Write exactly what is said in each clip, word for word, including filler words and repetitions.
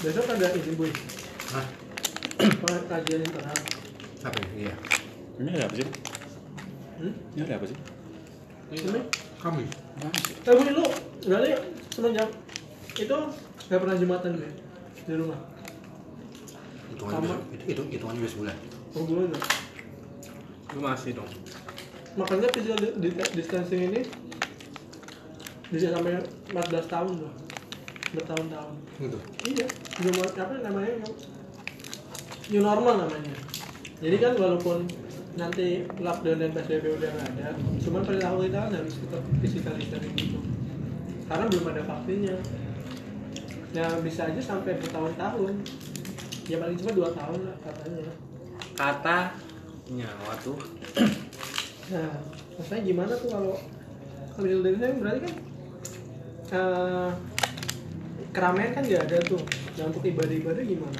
Besok ada ini boy. Hah? Kajian internal. Apa ini? Iya. Ini ada apa sih? Hmm? Ini ada apa sih? Ini? Kami. Eh boy lu, berarti semenjak itu nggak pernah jumatan gue di rumah. Hitungannya Sama. itu itu hitungannya udah sebulan. Oh gue enggak. Lu masih dong. Makanya physical di- di- distancing ini bisa sampai empat belas tahun loh. Bertahun-tahun. Gitu. Iya, new nor- apa namanya? New normal namanya. Jadi kan walaupun nanti lockdown dan P S B B udah nggak ada, cuman perilaku kita kan harus tetap physical distancing gitu. Karena belum ada vaksinnya. Ya bisa aja sampai bertahun-tahun. Ya paling cuma dua tahun lah katanya. Katanya waduh. Nah, maksudnya gimana tuh kalau physical distancing berarti kan eh, keramaian kan nggak ada tuh. Nah untuk ibadah-ibadah gimana?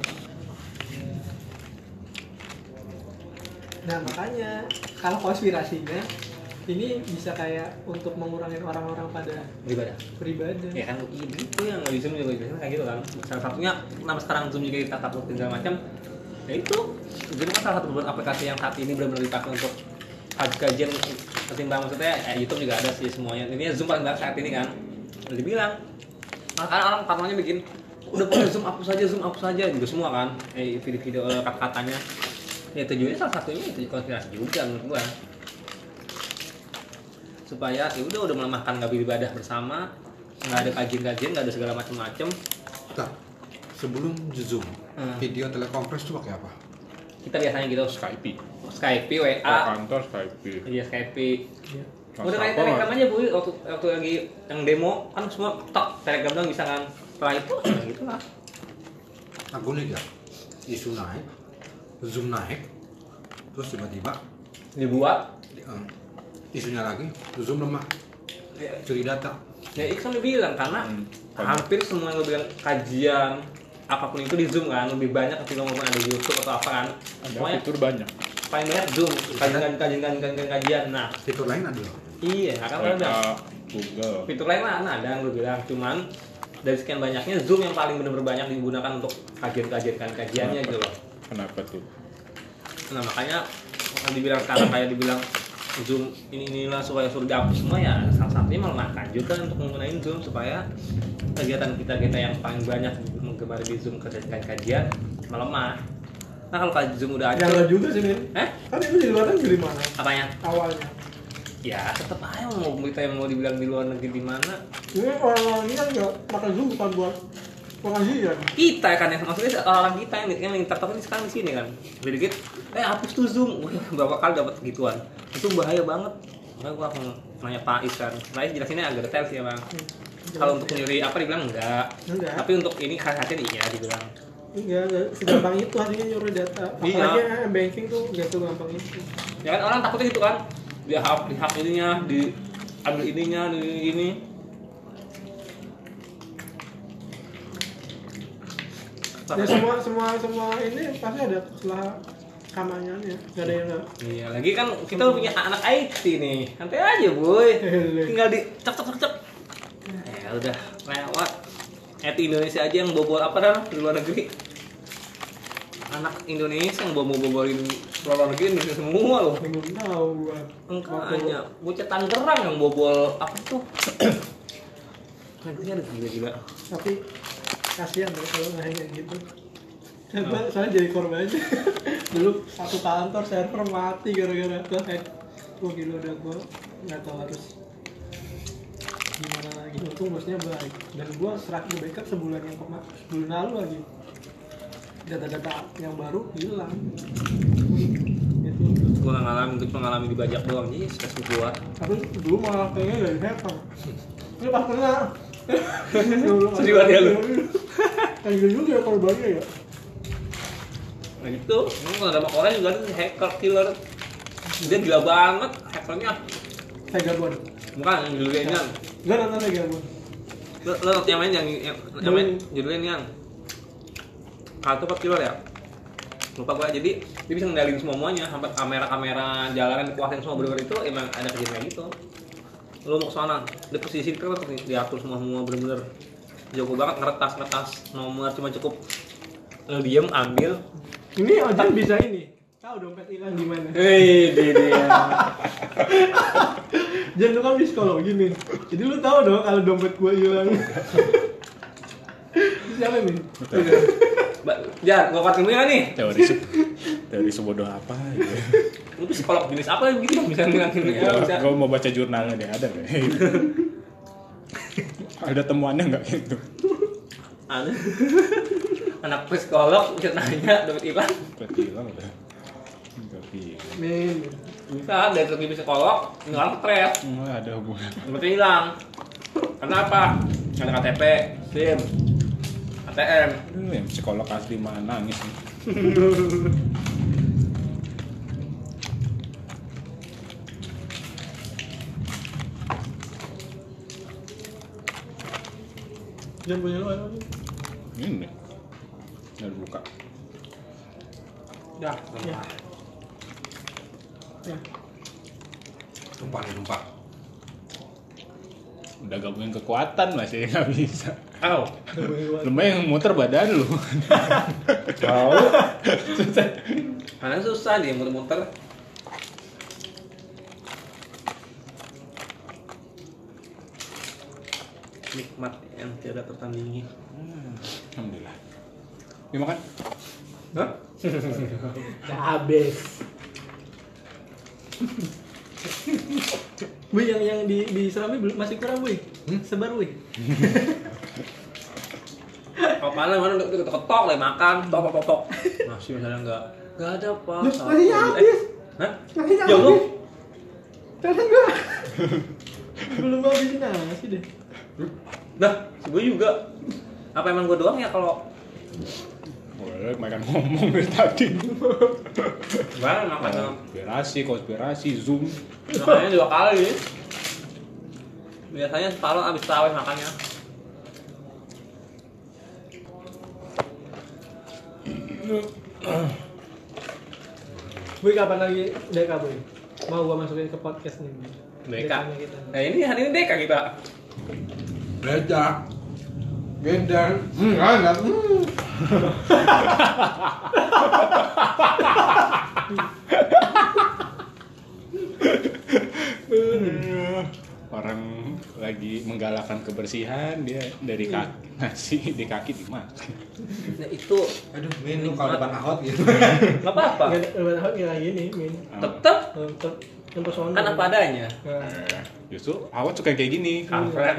Nah makanya kalau konspirasinya ini bisa kayak untuk mengurangi orang-orang pada Beribadah. beribadah. Ya kan itu yang nggak di Zoom juga biasanya kayak gitu kan. Salah satunya kenapa sekarang Zoom juga kita takut segala macam. Ya itu Zoom kan salah satu beberapa aplikasi yang saat ini benar-benar dipakai untuk kajian ketimbang maksudnya eh, YouTube juga ada sih semuanya. Ini Zoom paling banyak saat ini kan. Udah dibilang. Makanya orang katanya bikin udah punya Zoom hapus saja Zoom hapus saja juga semua kan. Eh video-video eh, kata-katanya. Ya tujuannya salah satunya itu konspirasi juga menurut gua. Supaya ya udah udah melemahkan nggak beribadah bersama, nggak ada kajian-kajian, nggak ada segala macam-macam. Nah, sebelum Zoom, Hmm. video telekonferensi itu pakai apa? Kita biasanya gitu Skype. Skype, W Ke A, kantor Skype. iya Skype. Iya. Udah kayak Telegram aja bu, waktu waktu lagi yang demo kan semua tok Telegram dong bisa kan. Setelah itu ya gitu lah. Aku nih ya, isu naik, Zoom naik, terus tiba-tiba Dibuat. eh, isunya lagi, Zoom lemah, Ya, curi data. ya Iksan udah bilang karena Hmm. hampir semua yang gue bilang kajian apapun itu di Zoom kan lebih banyak ketika ngomong ada di YouTube atau apa kan. Ada Semuanya fitur banyak. paling banyak Zoom, kajian kajian kajian kajian kajian. Nah, Fitur lain ada loh. iya, akan W ada. A, Google. Fitur lain lah ada yang gue bilang, cuman dari sekian banyaknya Zoom yang paling benar-benar banyak digunakan untuk kajian-kajian kan kajiannya gitu loh. Kenapa tuh? Nah makanya kalau dibilang sekarang kayak dibilang Zoom ini inilah supaya suruh dihapus semua ya salah satunya melemahkan juga untuk menggunakan Zoom supaya kegiatan kita kita yang paling banyak menggemari di Zoom kajian kajian melemah. Nah kalau kajian Zoom udah Ya ada, enggak juga sih Min. eh Kan itu di luar negeri mana apanya? awalnya. Ya tetap aja mau kita yang mau dibilang di luar negeri di mana? Ini orang-orang ini kan nggak pakai Zoom bukan buat pengajian. Kita kan yang maksudnya orang kita yang yang yang tertarik sekarang di sini kan dikit eh hapus tuh Zoom. Wah, berapa kali dapat gituan itu bahaya banget. Makanya gua akan nanya Pak Is kan Pak Is jelasinnya agak detail sih emang. Kalau untuk nyuri apa dibilang enggak, Enggak. tapi untuk ini khas-khasnya iya dibilang. Enggak, enggak segampang itu artinya nyuruh data. Iya. Apalagi yang banking tuh enggak segampang itu. Ya kan orang takutnya gitu kan dia hak di hak ininya di ambil ininya di ini. Ya semua semua semua ini pasti ada celah kampanyenya. Enggak ada yang enggak. Iya lagi kan kita punya anak I T nih santai aja boy tinggal di cek cek cek cek ya udah lewat I T Indonesia aja yang bobol apa dah di luar negeri anak Indonesia yang bobol bobolin luar negeri Indonesia semua loh Belum tahu gua. makanya bocah Tangerang yang bobol apa tuh negerinya ada gila-gila Tapi kasihan deh kalau nggak kayak gitu. Coba saya jadi korban aja. Dulu satu kantor server mati gara-gara ke hack. Wah gila udah gua nggak tahu harus gimana lagi. Untung bosnya baik. Dan gua serah backup sebulan yang kemarin, sebulan lalu lagi. Data-data yang baru hilang. Itu. gue nggak ngalamin gue cuma ngalamin dibajak doang jadi stress gue Tapi dulu malah kayaknya dari hacker. Ini pas kena. Sedih banget ya lu. Kayak gitu juga ya korbannya ya. nah gitu ini kalau ada orang juga ada hacker killer dia gila banget hackernya Saya gabon. bukan yang judulnya ini kan Gak nonton saya gabon. lo lo nonton yang main yang yang, yang main judulnya ini kan kartu apa killer ya lupa gue jadi dia bisa ngendalin semuanya sampai kamera-kamera jalanan dikuasain semua bener-bener itu emang ada kejadian kayak gitu lo mau ke sana di posisi itu kan diatur semua semua bener-bener jago banget ngeretas-ngeretas nomor, cuma cukup lo diem ambil. Ini Ojan bisa ini. Tahu dompet hilang gimana? Hei, dia. Jan lu kan psikologi nih. Jadi lu tahu dong kalau dompet gua hilang. Siapa nih? Jar, gua kuat ilmunya nih. Teori se- teori sebodoh apa gitu. Lu psikolog jenis apa yang gitu bisa ngilangin ya? Bisa. Gue mau baca jurnalnya deh, ada nggak? Ada temuannya nggak itu? Ada. Anak psikolog bisa nanya dompet hilang. Berarti hilang udah. Tapi Min. Bisa dari segi psikolog ngilang stres. nggak ada hubungan. Dompet hilang. Kenapa? Ada K T P, SIM, A T M. Aduh, yang psikolog asli mah nangis nih. Jan punya lu apa? Ini nih. Udah buka. Dah, Ya. Ya. Tumpah nih, tumpah. Udah gabungin kekuatan masih nggak bisa. Au. Lumayan yang muter badan lu. Tahu. Karena susah dia muter-muter. Nikmat yang tiada tertandingi. Alhamdulillah. Ini makan? Hah? Udah habis. Wih, yang yang di di Serambi belum masih kurang, wih. Hmm? Sebar, wih. Kalau mana mana udah ketok lah makan, tok tok tok. Masih misalnya enggak. Enggak ada apa. Loh, masih habis. Hah? Masih Ya lu. habis. Karena gua belum habisin nasi deh. Nah, gue juga. Apa emang gue doang ya kalau Boleh, makan ngomong dari tadi. Gimana makan? Konspirasi, konspirasi, zoom. Makannya dua kali. Biasanya separuh abis tarawih makannya. Wih, kapan lagi Deka, Boy? Mau gua masukin ke podcast nih. Boy. Deka. Dekanya kita. Nah ini hari ini Deka kita. Beda. Beda. Hmm, enggak. Hmm. Orang lagi menggalakkan kebersihan, dia dari kaki nasi di kaki dimakan. Nah itu Aduh, Min, lu kalau depan ahot gitu. nggak apa-apa. Nggak ada nggak ada kayak gini, Min. Tetep Tetep yang pesona. kan apa adanya. Nah, Eh, justru awat suka kayak gini. Kampret.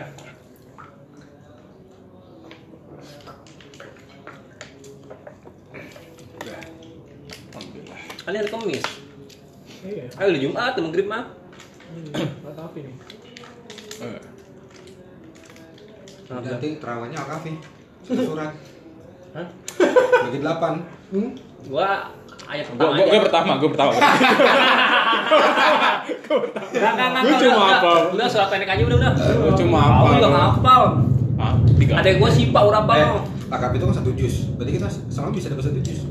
Udah. Alhamdulillah. Kan hari Kamis. iya. Ayo di Jumat, di Maghrib mah. Hmm, tapi nih. Eh, Nanti terawihnya Al-Kafi. Surat. Hah? Bagi delapan. Hmm? Gua ayat gua, pertama gua, aja. gua pertama, gua pertama. Enggak, enggak, enggak. Gua udah, cuma udah. hafal. Udah surat pendek aja udah, udah. Gua cuma Aku hafal. juga ngapal. Ah, tiga. Ada gua sipa urap Eh, bang. Al-Kafi itu kan satu juz. Berarti kita sama bisa dapat satu juz.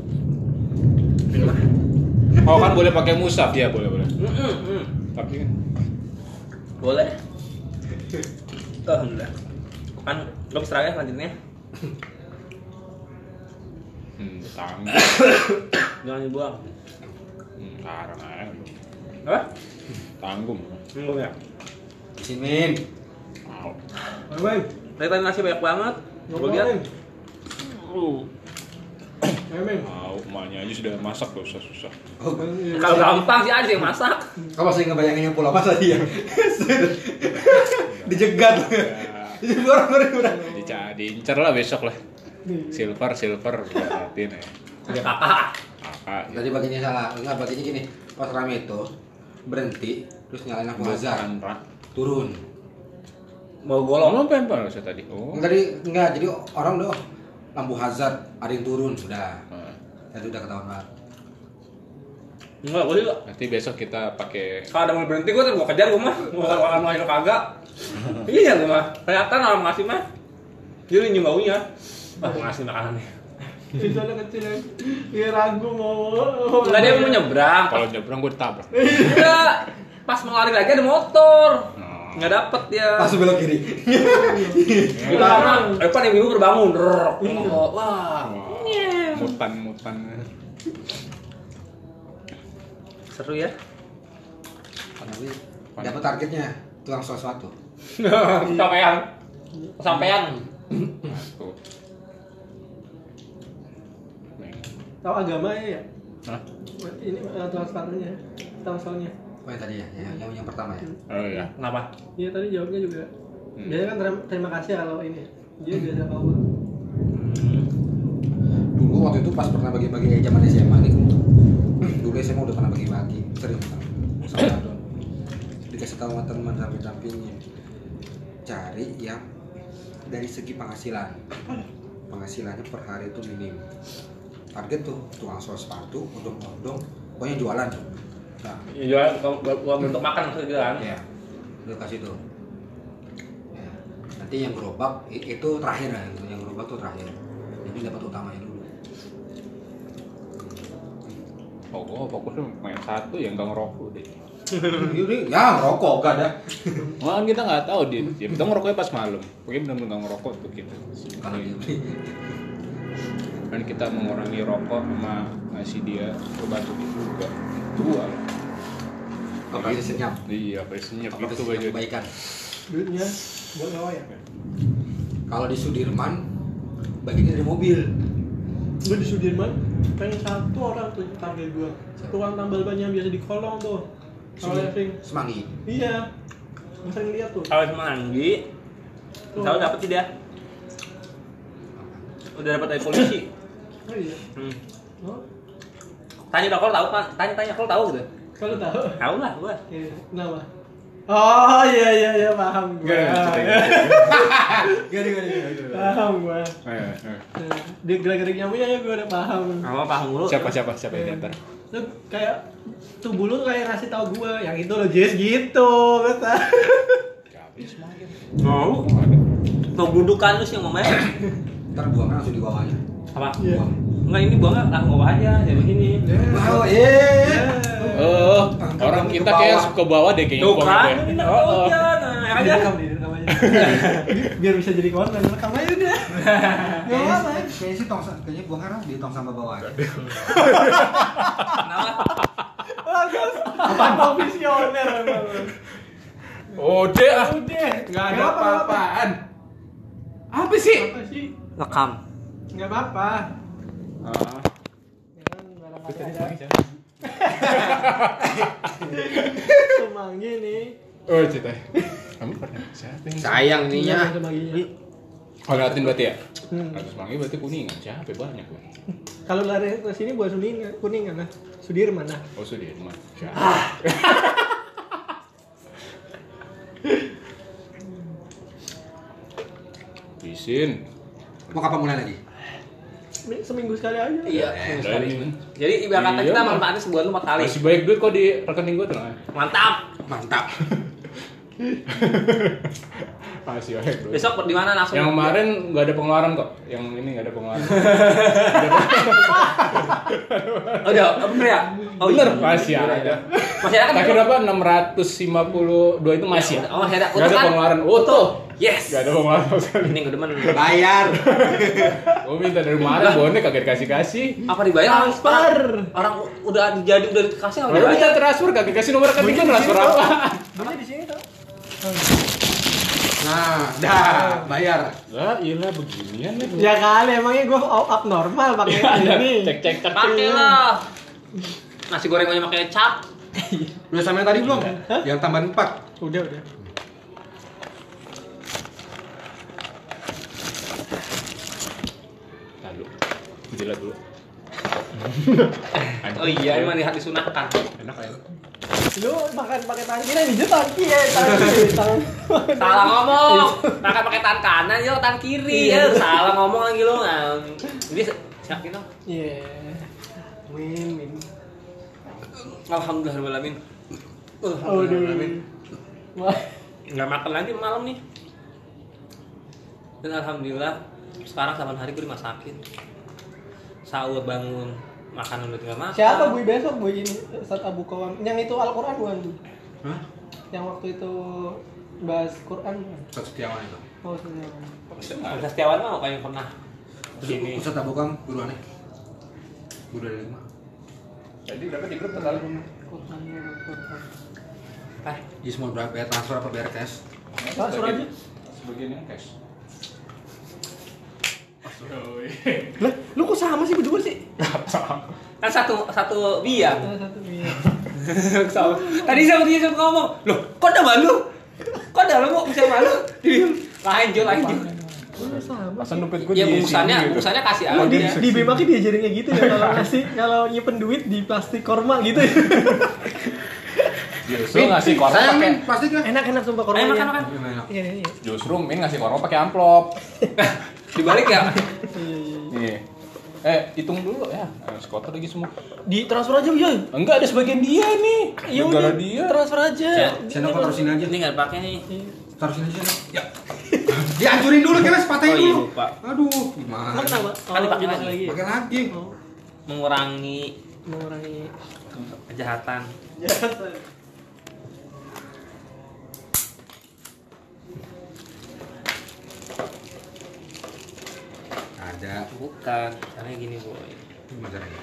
Oh kan boleh pakai mushaf ya, boleh boleh. Hmm, hmm, hmm. Tapi kan Boleh. Alhamdulillah. Kan lo istirahat selanjutnya. hmm, tanggung. Jangan dibuang. Hmm, larang aja. Apa? Tanggung. Tunggu ya. Isin, Min. Mau. Ayo, Boy. Dari tadi nasi banyak banget. Gue Ngobrol, lihat. Min. Ayo, Min. Mau, emaknya aja sudah masak gak usah-susah. Oh, Kalau gampang sih aja yang masak. kau masih ngebayanginnya pulau apa tadi ya? Dijegat. Ya, Itu orang-orang udah. dica- diincer lah besok lah. Silver, silver, berarti nih. Ada kakak. Kakak. Tadi bagiannya salah. Enggak, bagiannya gini. Pas rame itu berhenti, terus nyalain lampu hazard, Bukan, Pak. turun. Mau Golong golong. apa yang panas tadi? Oh. Enggak, di, enggak, jadi orang udah lampu hazard ada yang turun, udah. Nah, Itu udah ketahuan banget. Enggak, boleh kok. nanti besok kita pakai Kalau ada mau berhenti gue tuh gue kejar gue mah. Mau makan mau kagak. Iya gue mah. Kelihatan orang ngasih mah. Dia nyium baunya. Ah, ngasih makanannya. Itu anak kecil yang dia ragu mau. Enggak, dia mau nyebrang. kalau nyebrang gue ditabrak. Enggak. Pas mau lari lagi ada motor. Nah, Nggak dapet dia. Langsung belok kiri. Kita orang, Evan yang ibu terbangun. Rrrr. Wah. Wah, mutan-mutan. Seru ya. Tapi dapat targetnya tuang sesuatu. Kesampean. Kesampean. Tuh. Tahu agama ya? Hah? Ini uh, transfernya, transfernya. Oh yang tadi ya, yang, yang, yang pertama ya. Oh iya. Kenapa? Iya tadi jawabnya juga. Hmm. Biasanya kan terima, terima kasih kalau ini. Dia biasa power. Dulu waktu itu pas pernah bagi-bagi eh, zaman S M A nih. Dulu S M A udah pernah bagi-bagi, sering sama Don. Dikasih tahu sama teman sampai dampingnya. Cari yang dari segi penghasilan. Penghasilannya per hari itu minim. Target tuh tukang sos sepatu, odong-odong, pokoknya jualan tuh. Nah, Iya, uang untuk makan maksudnya kan. ya, lu kasih tuh. Ya. Nanti yang gerobak i- itu terakhir ya, yang gerobak tuh terakhir. Jadi dapat utamanya dulu. Oh, gua fokusnya main satu yang nggak ngerokok deh. Ini ya rokok gak ada. Wah, kita nggak tahu dia. Ya, kita ngerokoknya pas malam. Pokoknya benar-benar nggak ngerokok tuh kita. Kalau dia beli. Dan kita mengurangi rokok sama ngasih dia obat itu juga jual. Operasi senyap. Iya, apa senyap Operasi gitu senyap baju. kebaikan. Duitnya buat nyawa ya. Kalau di Sudirman bagiannya dari mobil. Gue di Sudirman pengen satu orang tuh target gue. Tukang tambal ban yang biasa di kolong tuh. Kalau Sini, leveling. Semanggi. Iya. Gue sering lihat tuh. Kalau semanggi, tahu dapat sih dia. Udah dapat dari polisi. Oh iya. Hmm. Oh, Tanya dong, kalau tahu kan? Tanya-tanya kalau tahu gitu. kalau tahu. Tahu lah gua. Iya. Kenapa? Oh iya iya iya paham gue. Gini gini gini. Paham gue. Eh, eh. Dia gerak-gerik nyamuknya ya gue udah paham. Apa paham dulu? Siapa siapa siapa yang diantar? Lu kayak tubuh lu kayak ngasih tahu gue yang itu lo Jess gitu kata. Habis semakin. Mau? Tuh gundukan lu sih yang ngomongnya. Ntar buangnya langsung di bawahnya. Apa? Iya. Enggak, ini buangnya langsung bawah aja, jadi begini. Wow, eh. Oh, orang kita kayak suka bawa deh kayaknya. Tuh kan, buangnya. ini Oh, oh. aja. Nah, aja. Direkam nih, direkam aja. Biar bisa jadi konten, rekam aja udah. Gak apa-apa. Kayaknya sih tong kayaknya buangnya di tong sampah bawah. Kenapa? Bagus. Apa visioner emang. Udah ah. Udah. Nggak ada Kenapa, apa-apaan. Apa sih? Apa sih? Rekam. Enggak apa-apa. Ah. Jangan barangkali ada. Semanggi nih. Oh, cerita. Kamu pernah siapa yang Sayang ininya. Semangginya. Oh, liatin berarti ya? Hmm. Ratus Semanggi berarti kuningan. Siapa banyak loh. Kalau lari ke sini buat kuningan, kuningan nah. Sudirman nah. Oh, Sudirman. Siapa? Bisin. Mau kapan mulai lagi? Seminggu sekali aja. Iya, Eh, sekali. dari- Jadi ibarat kata Iya, kita Bang. manfaatnya sebulan lu empat kali. Masih baik duit kok di rekening gue tuh. Mantap. Mantap. Masih baik duit. Besok di mana langsung? Yang kemarin nggak ada pengeluaran kok. Yang ini nggak ada pengeluaran. Oh, udah, bener ya? Oh, Bener, iya. masih ada. Masih ada kan? Terakhir berapa? enam ratus lima puluh dua itu masih. Oh, masih ada. Nggak ada Utuh kan? pengeluaran. Utuh. Yes. Nggak ada pengeluaran sama sekali. Ini gue demen. Bayar. Gue minta dari kemarin, bonnya kagak dikasih-kasih. Apa dibayar? Transfer. Orang, orang udah jadi udah dikasih apa Kalau minta dibayar? transfer kagak kasih nomor rekening kan transfer apa? Bunyi di sini tuh. Nah, dah bayar. Lah, iyalah beginian nih. Ya kali emangnya gue abnormal pakai ini. Cek cek cek. Pakai lah. Nasi goreng banyak pakai kecap. Udah sama yang tadi belum? Yang tambahan empat. Udah udah. Lalu, jilat dulu. Oh iya, emang lihat disunahkan. Enak ya. Lu makan pakai tangan kiri di tangan kiri, tangan kiri, tangan. Salah ngomong. Makan pakai tangan kanan, yo tangan kiri ya. Salah ngomong lagi lo. Jadi siap gitu. Iya. Win win. Alhamdulillahirobbilalamin. Aduh. Alhamdulillahirobbilalamin. Wah. Nggak makan lagi malam nih. Dan alhamdulillah sekarang saban hari gue dimasakin. Sahur bangun makanan udah tinggal makan. Siapa Bui besok Bui ini saat Abu Kawam? Yang itu Al-Qur'an bukan tuh? Hah? Yang waktu itu bahas Quran. Ustaz Setiawan itu. Oh, sebenarnya. Ustaz Setiawan mah kayak pernah Terus Ustaz Abu Kam guru aneh. Guru dari lima. Jadi berapa di grup terlalu? Quran, Quran. eh Jadi semua berapa ya transfer apa bayar cash? Pak, suruh aja. Sebagian yang cash. Lah, lu kok sama sih berdua sih? kan satu satu biang. Salah satu iya. Sama. Tadi sama dia sempat ngomong, loh kok udah malu? Kok udah lu bisa malu? Diem. Lain Jo, lain Jo. Lu sama. Pasan dompet gue Ya di bungkusannya, sini gitu. bungkusannya kasih Oh, di, aja. di B M A ki diajarin kayak gitu ya kalau ngasih kalau nyimpen duit di plastik korma gitu ya. Justru ngasih korma Sayang pakai Min, plastik lah. Enak-enak sumpah korma. Ayo makan ya. makan. Gimana? Iya, iya, iya. justru Min ngasih korma pakai amplop. Dibalik ya. Iya, iya. Nih. Eh, hitung dulu ya. Eh, Skoter lagi semua. Di transfer aja, Yoy. Enggak, ada sebagian dia nih. Ya Gara-gara udah, dia. transfer aja. Ya, Sendok taruh sini aja. Ini nggak pakai nih. Taruh sini aja. Ya. Dihancurin dulu kelas, patahin Oh, iya, dulu. lupa. Aduh, Emang gimana? kenapa? Kan dipakai lagi. lagi. Pakai lagi. Oh, Mengurangi mengurangi kejahatan. jasa. Ada. Bukan, caranya gini boy. Gimana caranya?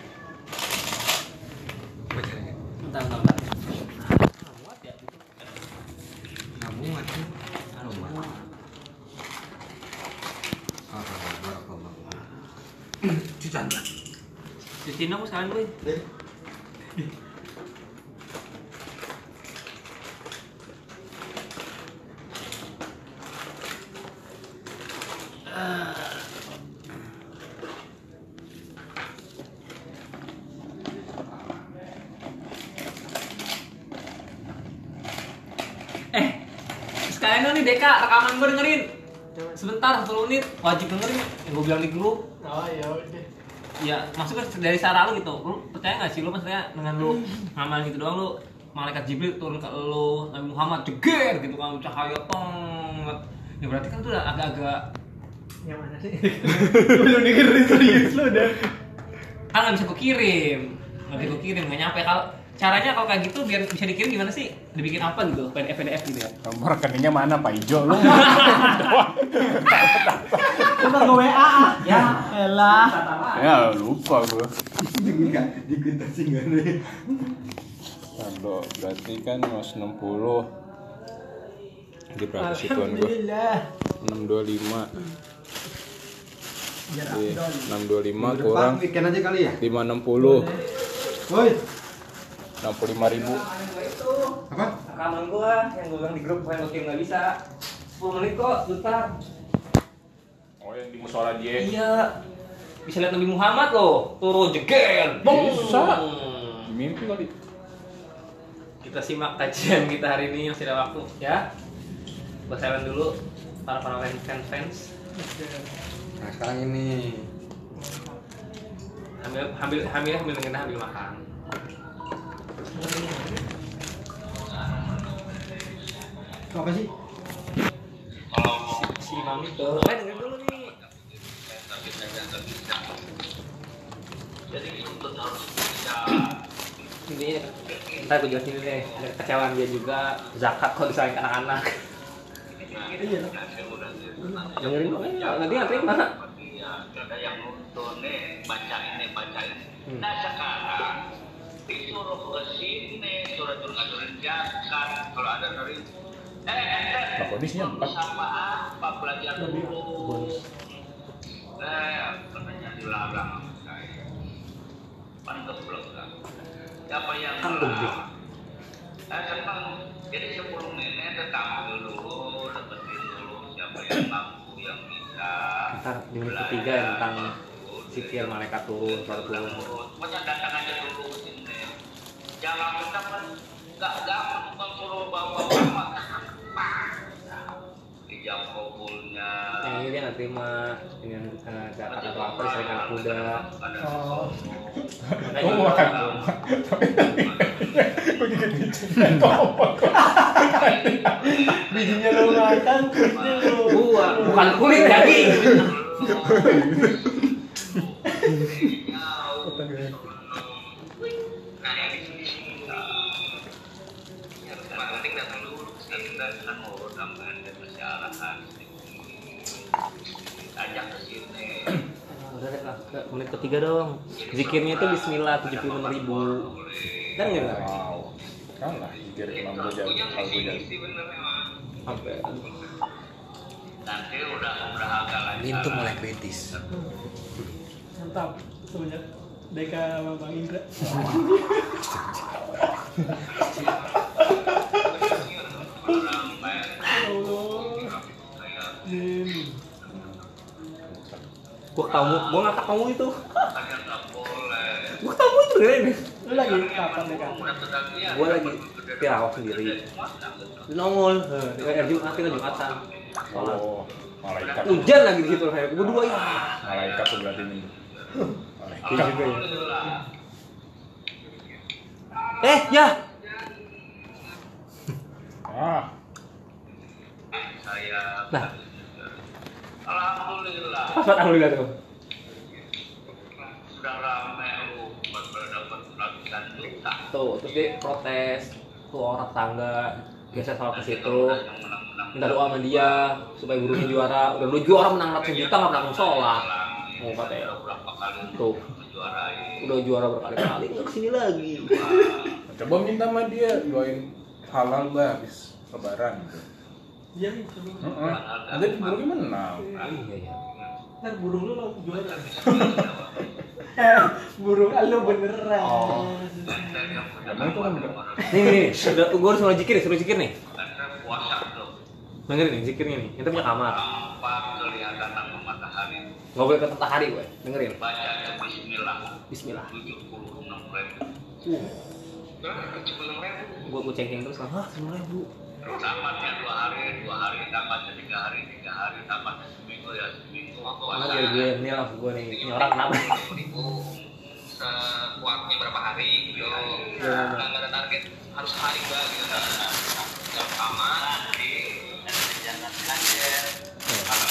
Gimana caranya? Bentar, bentar, bentar. Ah, muat ya? Nggak muat sih. Nggak muat. Alhamdulillah. Cucian kan? Cuciin aku sekarang boy. Eh, sekalian dong nih Deka, rekaman gue dengerin. Sebentar, satu menit, wajib dengerin yang gue bilang di grup. Oh, ya udah. Ya, maksudnya dari cara lu gitu. Lu percaya gak sih lu maksudnya dengan lu ngamalin gitu doang lu malaikat Jibril turun ke lu, Nabi Muhammad jeger gitu kan cahaya tong. Ya berarti kan itu udah agak-agak Yang mana sih? Belum dengerin serius lu udah. kan nggak bisa gue kirim, nggak bisa gue kirim, nggak nyampe. Kalau caranya kalau kayak gitu biar bisa dikirim gimana sih? Dibikin apa gitu? P D F P D F gitu ya? Nomor rekeningnya mana Pak Ijo lu? Coba gue W A. Ya, elah. Ya lupa gua. Enggak, dikentasi enggak nih. Kalau berarti kan mas enam puluh. Di berapa sih tuan gua? Alhamdulillah. enam dua lima. Biar Di afdol. enam dua lima Minggu kurang depan weekend aja kali ya? lima enam puluh. Woi, enam puluh lima ribu. apa? Rekaman gua yang gua bilang di grup bukan kirim nggak bisa. sepuluh menit kok, bentar. Oh yang di musola dia. Iya. Bisa lihat Nabi Muhammad loh, turun jeger. Bisa. Hmm. Mimpi kali. Kita simak kajian kita hari ini masih ada waktu ya. Buat silent dulu para para fans fans. Nah sekarang ini Hamil hamil hamil hamil dengan hamil makan. itu apa sih? Si Imam itu. Eh dengerin dulu nih. Ini ntar gue jelasin dulu deh. Ada kekecewaan dia juga zakat kalau disayang anak-anak. Dengerin dulu ya. Nanti nggak terima. Ada yang nonton nih, baca ini, baca ini. Nah sekarang disuruh ke sini, suruh ngajurin zakat, kalau ada dari eh Pak kondisinya empat. sama apa belajar dulu. Eh, katanya dilarang sama saya. Pantas belakang. Siapa yang Kan goblok. Eh, tentang jadi sebelum ini tetap dulu, dapetin dulu siapa yang mampu, yang bisa. Ntar di menit ketiga ya tentang zikir malaikat turun, suara turun. Pokoknya datang aja dulu ke sini. Jangan kita kan nggak gampang bukan suruh bawa-bawa makan. Ijab kabulnya. Yang ini dia nggak terima ini uh, zakat atau apa sering anak muda. Oh. Makanya Oh, makan. Bijinya lu makan, kulitnya lu. Gua bukan kulit daging. Nah, yang di sini sini. Yang penting datang dulu ke sini. kita kan urut sampai dan masih arahan ajak ke sini. Udah lah, menit ketiga dong. Zikirnya itu Bismillah tujuh puluh enam ribu. Kan nggak? Wow. Kalah zikir Imam Ghazali Al Ghazali. Sampai. Nanti udah udah agak lancar. Ini tuh mulai kritis. Mantap. Sebanyak Deka sama Bang Indra. Gua kamu, gua ngakak kamu itu. Ada nggak boleh. Gua kamu itu beneran. Lu lagi kapan Deka? Gua lagi tirawat sendiri. Di nongol, eh Jumat kita Jumatan. Sholat. Oh, malaikat. Hujan lagi di situ saya. Berdua ya. Malaikat tuh berarti ini. Malaikat. juga ya. Eh, ya. Ah, Saya Nah, alhamdulillah pas banget alhamdulillah tuh. sudah ramai lu buat dapat ratusan juta. Tuh, terus dia protes tuh orang tangga biasa soal ke situ. Yang menang-menang Minta doa sama dia supaya gurunya juara. Udah lu juara menang ratusan juta enggak pernah sholat. Oh, katanya. udah berapa kali Tuh, menjuarai. udah juara berkali-kali enggak kesini lagi. coba minta sama dia doain halal bah habis lebaran gitu. Iya nih, coba. Heeh. Nanti burungnya menang. Iya, iya. Ntar burung lu lo juara. Eh, burung lu beneran. Oh. Emang itu kan bener. Nih, nih, udah gua harus mulai zikir, suruh zikir nih. Karena puasa tuh Dengerin nih zikirnya nih. Kita punya kamar. tanpa kelihatan nama matahari. Enggak boleh ke matahari gue. Dengerin. Baca Bismillah Bismillah. tujuh puluh enam ribu. Uh, tujuh puluh enam ribu. gua gua cengkeng terus kan. Hah, sembilan ribu. Tamatnya dua hari, dua hari, tamatnya tiga hari, tiga hari, tamatnya seminggu ya seminggu. Mana biar gue ini langsung gue nih. Ini orang kenapa? Ribu sekuatnya berapa hari gitu. Iya. Nah, nggak ada target harus hari bah gitu. Jam kamar nanti jangan kaget. Kalau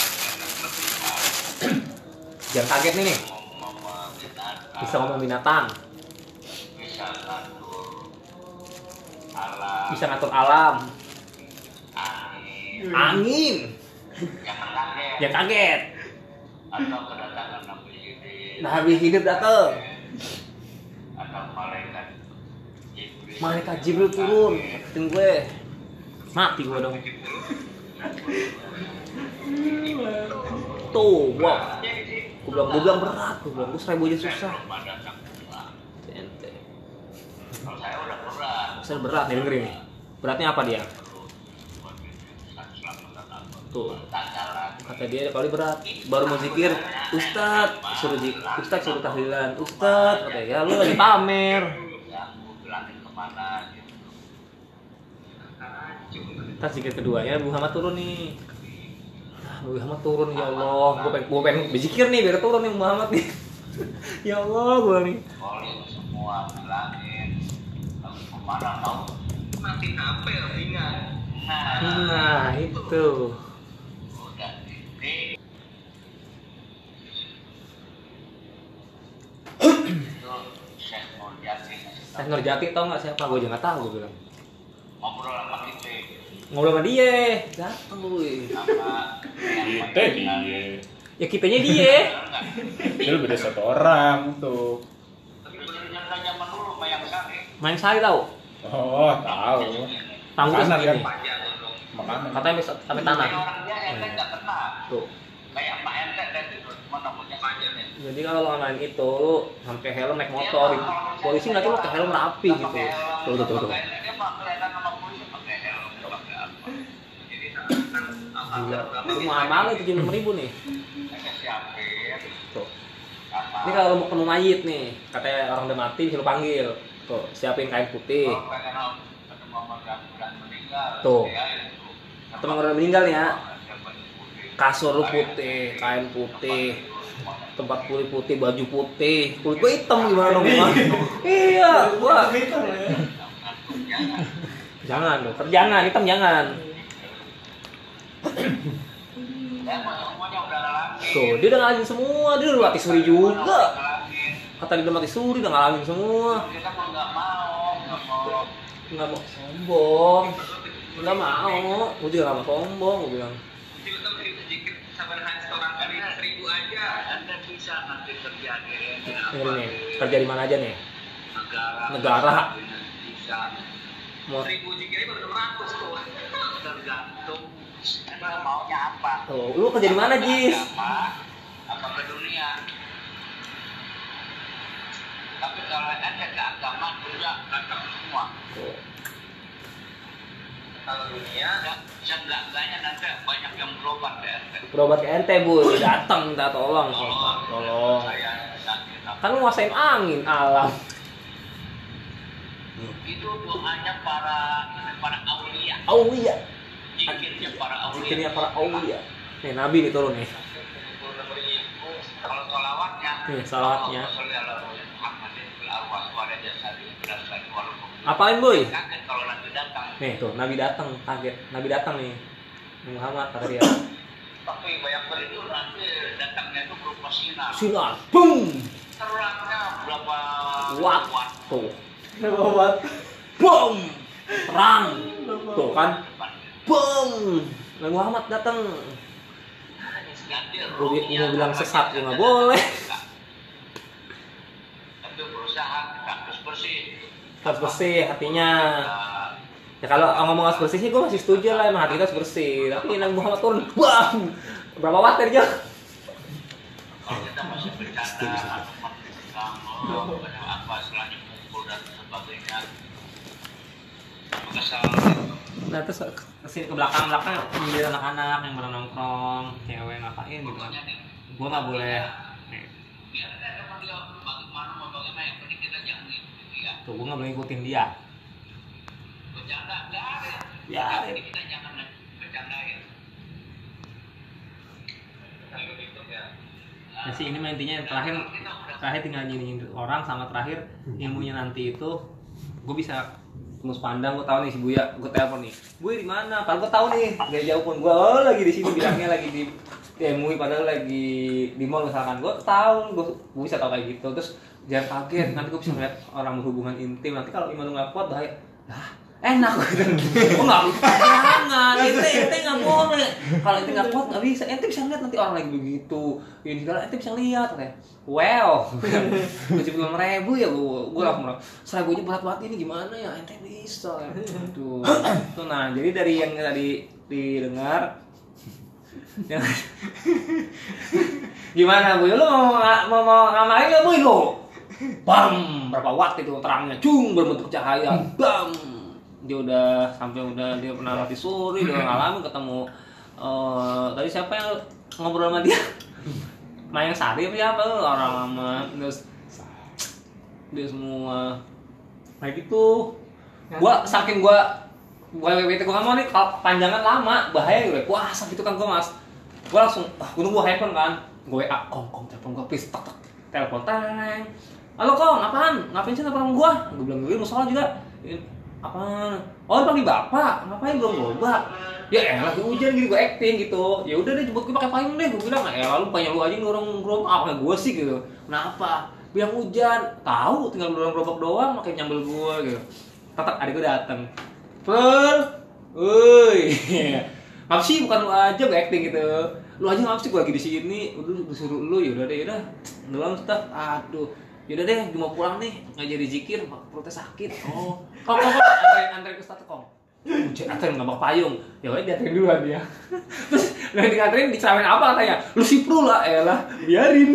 Jangan kaget nih nih. ngomong binatang, Bisa ngomong binatang, bisa ngatur alam, bisa ngatur alam, angin, angin, jangan kaget. yang kaget. Atau kedatangan Nabi Jibril, Nabi hidup datang, atau malaikat Jibril. malaikat Jibril turun, ikutin gue, mati gue dong. Tuh, wow. Gue bilang, gue bilang berat, gue bilang gue seribu aja susah. Ente. Kalau saya udah berat. Saya berat nih dengerin nih. Beratnya apa dia? Tuh. Kata dia kali berat. Baru mau zikir, Ustadz suruh zikir, Ustadz suruh tahlilan, Ustadz katanya ya lu lagi pamer. Bilangin kemana gitu. Ntar zikir keduanya Muhammad turun nih. Nah, Muhammad turun ya Allah. Gue pengen, gue pengen berzikir nih biar turun nih Muhammad nih. Ya Allah gue nih. Boleh semua bilangin. Kalau kemana mau mati H P ya ringan. Nah, Nah itu. udah titik. Itu Syekh Nurjati. Saya Nurjati tau nggak siapa? Gue juga nggak tahu gue bilang. Ngobrol sama kita. Ngobrol sama dia, datang gue. Sama yang Kita dia. Ya kitanya dia. Dia lebih dari satu orang tuh. Tapi benernya nggak zaman dulu bayang sari. Main sari tau? Oh, tahu. Rambutnya Makanan segini. kan? Panjang tuh. Makanan. Katanya bisa sampai tanah. Kayak orang dia ente nggak kenal. Tuh. Kayak Pak Ente dan itu cuma rambutnya panjang ya. Jadi kalau lo main itu, lu sampai helm naik motor, polisi nggak tuh pakai helm rapi gitu. Tuh, tuh, tuh, tuh. Dia mah kelihatan sama polisi pakai helm, pakai apa. Jadi kan Gila, lu mau amal itu tujuh puluh ribu nih. saya siapin. Tuh. Apa? Ini kalau mau ketemu mayit nih, katanya orang udah mati bisa lu panggil. Tuh, siapin kain putih. Kalau pengen ketemu sama yang udah meninggal. Tuh. Ya itu. Teman orang meninggal nih ya. Siap baju putih. Kasur lu putih, kain putih, tempat kulit putih, baju putih, kulit gua hitam gimana dong gua? Iya, gua. Jangan dong, jangan, hitam jangan. Ya, semuanya udah ngalangin. Tuh, dia udah ngalangin semua, dia udah mati suri juga. Ngalangin. Kata dia udah mati suri, udah ngalangin semua. Kita mau nggak mau, nggak mau. Nggak mau sombong. Nggak mau, gue juga nggak mau sombong, gue bilang. Tiba-tiba itu sedikit sabar hati orang kali seribu aja, Anda bisa nanti kerja di Ini nih, kerja di mana aja nih? negara. Negara. Bisa. Mau, Seribu jikir baru enam ratus tuh. Tergantung emang maunya apa. tuh, lu kerja di mana, Jis? Apa? Apa ke dunia? Tapi kalau ada ke agama juga kacau semua. Tuh. Kalau dunia ya seenggak-enggaknya nanti banyak yang berobat ya. Berobat ke ente, Bu. Datang minta tolong, Pak. Tolong. Saya sakit. Kan lu nguasain angin alam. Itu doanya para para aulia. Aulia. Zikirnya para aulia. Zikirnya para aulia. Nih, Nabi nih turun nih. Kalau salawatnya. Nih, salawatnya. Apa? Apain, Boy? Kaget kalau nanti datang. Nih, tuh, Nabi datang, kaget. Nabi datang nih. Muhammad kata dia. Tapi banyak itu nanti datangnya itu berupa sinar. Sinar. Boom. Terangnya berapa Watt. Tuh. Berapa watt? Boom. Terang. Tuh kan. Boom. Nabi Muhammad datang. Gue mau bilang sesat, gue nggak boleh. Untuk berusaha harus bersih. Harus bersih hatinya. Ya kalau ngomong harus bersih sih gue masih setuju lah, emang hati kita harus bersih. Tapi Nabi Muhammad turun, bam. Berapa watt tadi aja? Kalau kita masih bercanda, kamu apa selain pukul dan sebagainya. Kesal. Nah terus kesini ke belakang belakang nyindir anak-anak yang pada nongkrong, cewek ngapain gitu kan. Gue nggak boleh. Nih. Biar ada beliau bagaimana mau bagaimana yang penting kita jangan ngikutin dia. Tuh gue nggak boleh ngikutin dia. Bercanda nggak ada. Ya. Jadi kita jangan bercandain. Kalau gitu ya. Nah sih ini mah intinya yang terakhir terakhir tinggal nyindir orang sama terakhir ilmunya nanti itu gue bisa tembus pandang. Gue tahu nih si Buya, gue telepon nih, Buya di mana? Padahal gue tahu nih gak jauh pun gue oh, lagi di sini bilangnya lagi di T M U I padahal lagi di mall misalkan. Gue tahu, gue, gue bisa tahu kayak gitu. Terus jangan kaget, nanti gue bisa ngeliat orang berhubungan intim. Nanti kalau iman lu nggak kuat bahaya. Nah, enak gitu. Gue nggak jangan, ente ente nggak boleh. Kalau ente nggak kuat nggak bisa. Ente bisa ngeliat nanti orang lagi begitu. Ini kalau ente bisa lihat kayak, wow, tujuh puluh ribu ya gue gue langsung bilang, seribu aja berat banget ini gimana ya? Ente bisa. Aduh. Tuh nah, jadi dari yang tadi didengar, yang gimana Bu? Lu mau mau mau ngamalin nggak Bu lu? Bam, berapa watt itu terangnya? Cung berbentuk cahaya. Bam. Dia udah sampai udah dia pernah mati suri, dia ngalamin ketemu uh, tadi siapa yang ngobrol sama dia? Mayang Sari apa siapa tuh orang sama terus dia semua kayak gitu. Gua saking gua gua W W T gua nggak mau nih kalau panjangan lama bahaya gue puasa gitu kan gua mas. Gua langsung ah gua nunggu handphone kan. Gue W A kong kong telepon gua please tak tak telepon teng. Halo Kong, apaan? Ngapain sih telepon gua? Gua bilang gue musola juga. Apaan? Oh panggil bapak, ngapain belum boba? Ya elah hujan gini gue acting gitu. Ya udah deh jemput gue pakai payung deh. Gue bilang eh lalu payung lu aja ngurung ngurung apa gue sih gitu. Kenapa? Bilang hujan. Tahu tinggal dorong gerobak doang pakai nyambel gue gitu. Tetap adik gue datang. Per, woi, ngapa sih bukan lu aja gue acting gitu. Lu aja ngapa sih gue lagi di sini. Udah disuruh lu ya udah deh udah. Doang tetap. Aduh. Yaudah deh, gue mau pulang nih, nggak jadi zikir, perutnya sakit. Oh, kong, kong, kong, anterin, anterin ke statu kong. Hujan, anterin nggak bawa payung. Ya udah dianterin duluan dia. Terus udah dianterin dicerawain apa katanya? Lu sipru lah, elah, biarin.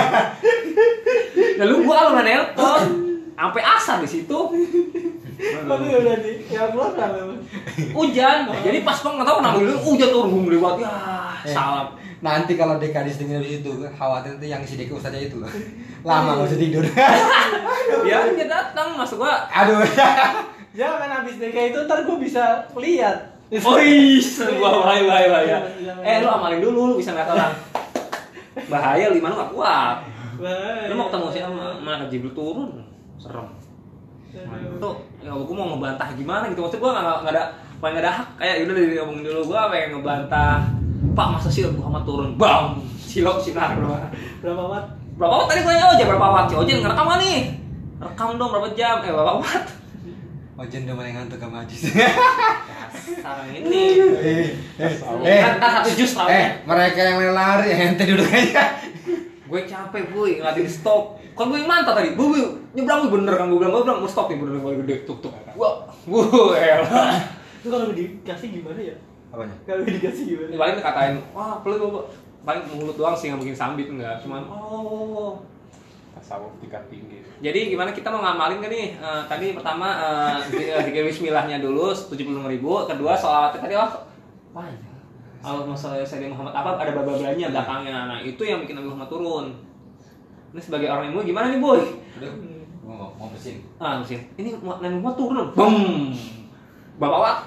Lalu gua kalau nggak nelpon, sampai asar di situ. Tapi udah di, ya keluar kan? Hujan, jadi pas kong nggak tahu kenapa dulu hujan turun lewat ya, salam. Nanti kalau dekadis dengar di situ, khawatir itu yang si Deka ustaznya itu loh. Lama nggak bisa tidur. Ya dia datang, masuk gua. Aduh. Jangan habis D K itu ntar gue bisa lihat. Oh iya, gua bahaya bahaya bahaya. Eh lu amalin dulu, lu bisa ngeliat orang. Bahaya, lima lu nggak kuat. Lu mau ketemu siapa? Mana Jibril turun, serem. Tuh, ya gua mau ngebantah gimana gitu. Maksud gua nggak nggak ada, paling nggak ada hak. Kayak udah dari ngomongin dulu gua pengen ngebantah. Pak masa sih Muhammad turun, bam, silok sinar berapa? Berapa watt? Berapa watt tadi gue nanya aja berapa watt? Si Ojen ngerekam nggak nih? Rekam dong berapa jam? Eh berapa watt? Wajan udah mulai ngantuk sama Ajis. Sekarang ini. Eh, Eh, kan satu jus lah. eh, mereka yang main lari, ente duduk aja. Gue capek, boy, ngelatih di stop. Kan gue yang mantap tadi. Gue gue nyebrang gue bener kan gue bilang, gue bilang mau stop nih bener gue gede tuk tuk. Wah, gue elah. Itu kalau dikasih gimana ya? Apanya? Kalau dikasih gimana? Ini paling dikatain, wah pelit gue paling mulut doang sih nggak mungkin sambit enggak, cuman oh. Tasawuf tingkat tinggi. Jadi gimana kita mau ngamalin kan nih? Uh, tadi pertama uh, zikir bismillahnya dulu tujuh puluh lima ribu, kedua sholawatnya tadi oh, apa ya? Allahumma sholli ala sayyidina Muhammad apa ada baba-babanya belakangnya. Nah, itu yang bikin Nabi Muhammad turun. Ini sebagai orang ilmu gimana nih, boy? Udah, gua mau mau bersin. Ah, mesin. Ini Nabi Muhammad turun. Bum. Bapak Wat.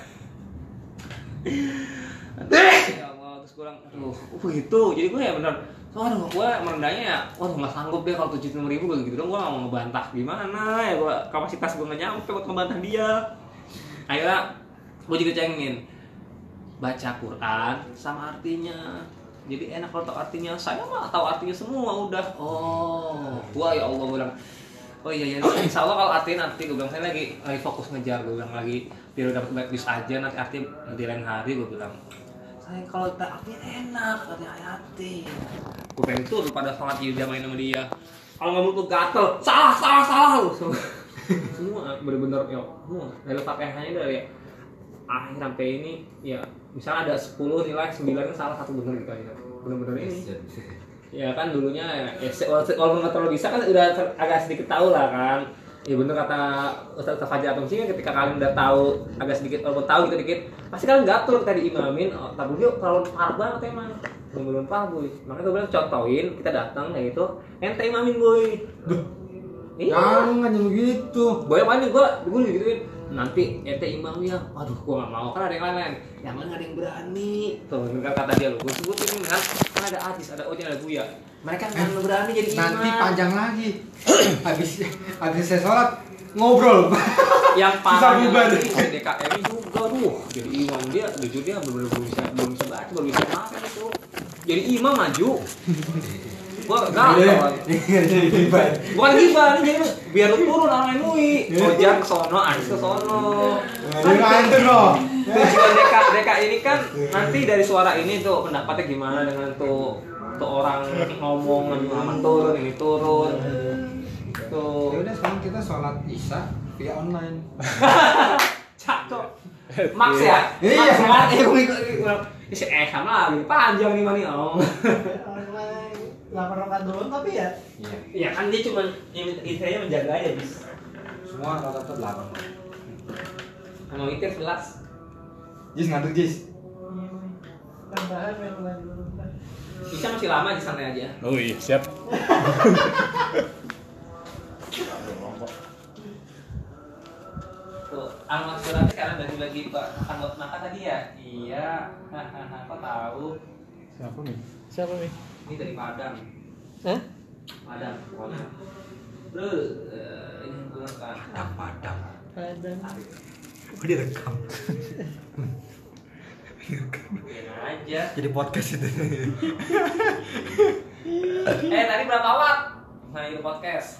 Ya Allah, terus kurang aduh, oh gitu. Jadi gue ya bener waduh, gue merendahnya ya, waduh nggak sanggup deh kalau tujuh puluh lima ribu gitu dong, gue nggak mau ngebantah gimana ya, gue kapasitas gue nggak nyampe buat ngebantah dia. Akhirnya gue juga cengin baca Quran sama artinya, jadi enak kalau tahu artinya. Saya mah tahu artinya semua udah. Oh, wah ya Allah, gue bilang oh iya ya, insya Allah kalau artiin arti gue bilang saya lagi lagi fokus ngejar, gue bilang lagi biar dapat bagus aja, nanti arti di lain hari gue bilang. Saya kalau tak artinya enak, artinya hayati. Gue pengen tuh pada sholat dia main sama dia. Kalau ngomong tuh gatel, salah, salah, salah lu. Semua bener-bener ya, semua dari Fatihahnya dari akhir sampai ini ya, misalnya ada sepuluh nilai sembilan kan salah, satu bener gitu aja. Bener-bener ini. Ya kan dulunya ya, walaupun nggak terlalu bisa kan udah agak sedikit tahu lah kan. Ya bener kata Ustaz Fajar Atom sih, ketika kalian udah tahu agak sedikit walaupun tahu gitu dikit, pasti kalian gatel kita diimamin. Oh, tapi dia kalau parah banget emang belum paham boy. Makanya gue bilang contohin, kita datang kayak gitu, ente imamin boy. Iya. Jangan yang begitu. Boy yang mana gue gue gituin. Nanti ente imam ya, waduh gue nggak mau, kan ada yang lain-lain, yang mana ada yang berani. Tuh dengar kata dia lo, gue sebutin kan, kan ada Aziz, ada Ojen, ada Buya. Mereka nggak berani jadi imam. Nanti panjang lagi. habis habis saya sholat ngobrol. Yang Susah parah bubar. lagi si D K M juga tuh, jadi imam dia, jujur dia belum belum bisa belum bisa baca, belum bisa makan itu. Jadi imam maju. Gua gagal. Bukan gibah, ini jadi biar lu turun orang lain lui. Ojan ke sono, Anis ke sono. Anjir loh. Tujuan D K D K ini kan nanti dari suara ini tuh pendapatnya gimana dengan tuh tuh orang ngomong aman turun ini turun. Tuh. Ya udah sekarang kita sholat isya via online. Cakep. Max ya? Iya. Max banget ya gue ikut. Ini si eh sama lagi panjang nih mani om. delapan rakaat doang tapi ya. Iya. Iya kan dia cuma intinya menjaga aja bis. Semua rata-rata delapan. Sama witir sebelas. Jis ngantuk Jis. Tambahan yang lain. Bisa masih lama di santai aja. Oh iya, siap. Tuh, Almas Surati sekarang bagi-bagi Pak Anggota makan tadi ya? Iya. Hahaha, kok tahu? Siapa nih? Siapa nih? Ini dari Padang. Hah? Padang. Padang. Lu eh, ini gue kan. Padang. Padang. Oh, direkam. Biarin aja. Jadi podcast itu. Eh, tadi berapa watt? Nah, itu podcast.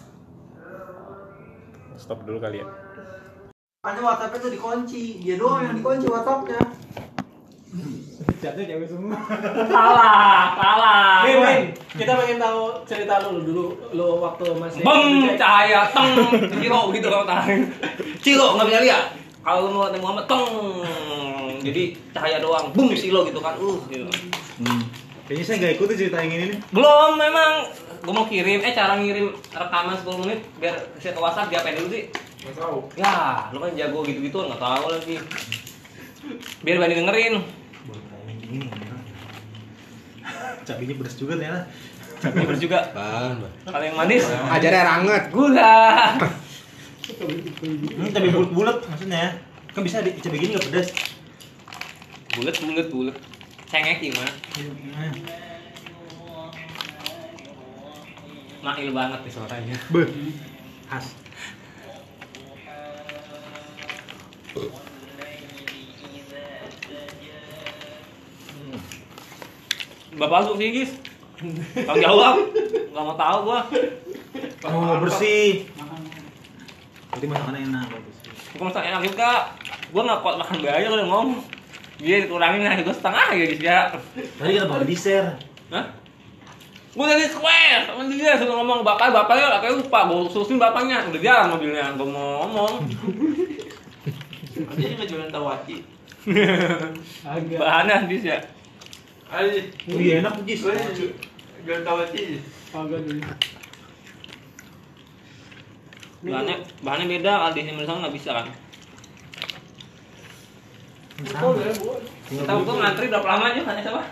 Stop dulu kali ya. Ada WhatsApp itu dikunci, dia doang yang dikunci WhatsAppnya. Chatnya cewek semua. Salah, salah. Min, Min, kita pengen tahu cerita lu dulu, lu waktu masih. Beng, cahaya, teng, Ciro gitu kalau tahan. Ciro nggak bisa lihat. Kalau mau ketemu Muhammad, teng. Jadi cahaya doang, bung silo gitu kan, uh. Gitu. Hmm. Kayaknya saya nggak ikutin cerita yang ini nih. Belum, memang. Gue mau kirim, eh cara ngirim rekaman sepuluh menit biar bisa ke WhatsApp diapain dulu sih? Nggak tahu. Ya, lu kan jago gitu-gitu, nggak tahu lagi. Biar Bani dengerin. Ini cabenya pedas juga ternyata. Ini bener juga. Bang, Kalau yang manis, ajarnya ranget. gula. Hmm, tapi bulat-bulat maksudnya. Kan bisa di cabai gini nggak pedas. Bulet, bulet, bulet. Cengek gimana? Mahil banget nih suaranya. Beuh. Khas. Bapak lu sih, Gis. Tanggung jawab. Enggak mau tahu gua. Kamu mau bersih. Berarti masakannya enak, bagus. Kalau misalnya enak juga, gue nggak kuat makan banyak udah ngomong. Dia dikurangin lah, gue setengah ya guys ya. Tadi kita bakal di-share. Hah? Gue tadi square sama dia sudah ngomong bapak bapaknya kayak lupa, gue suruhin bapaknya udah jalan mobilnya, gue mau ngomong. Dia juga jualan tawaci. Agak. Bahannya habis ya. Ayo. Iya enak Jis. Jualan tawaci. Agak dulu. Bahannya bahannya beda kalau di sini misalnya nggak bisa kan. Betul ya, Bu. Kita tuh ngantri berapa lama aja tanya siapa?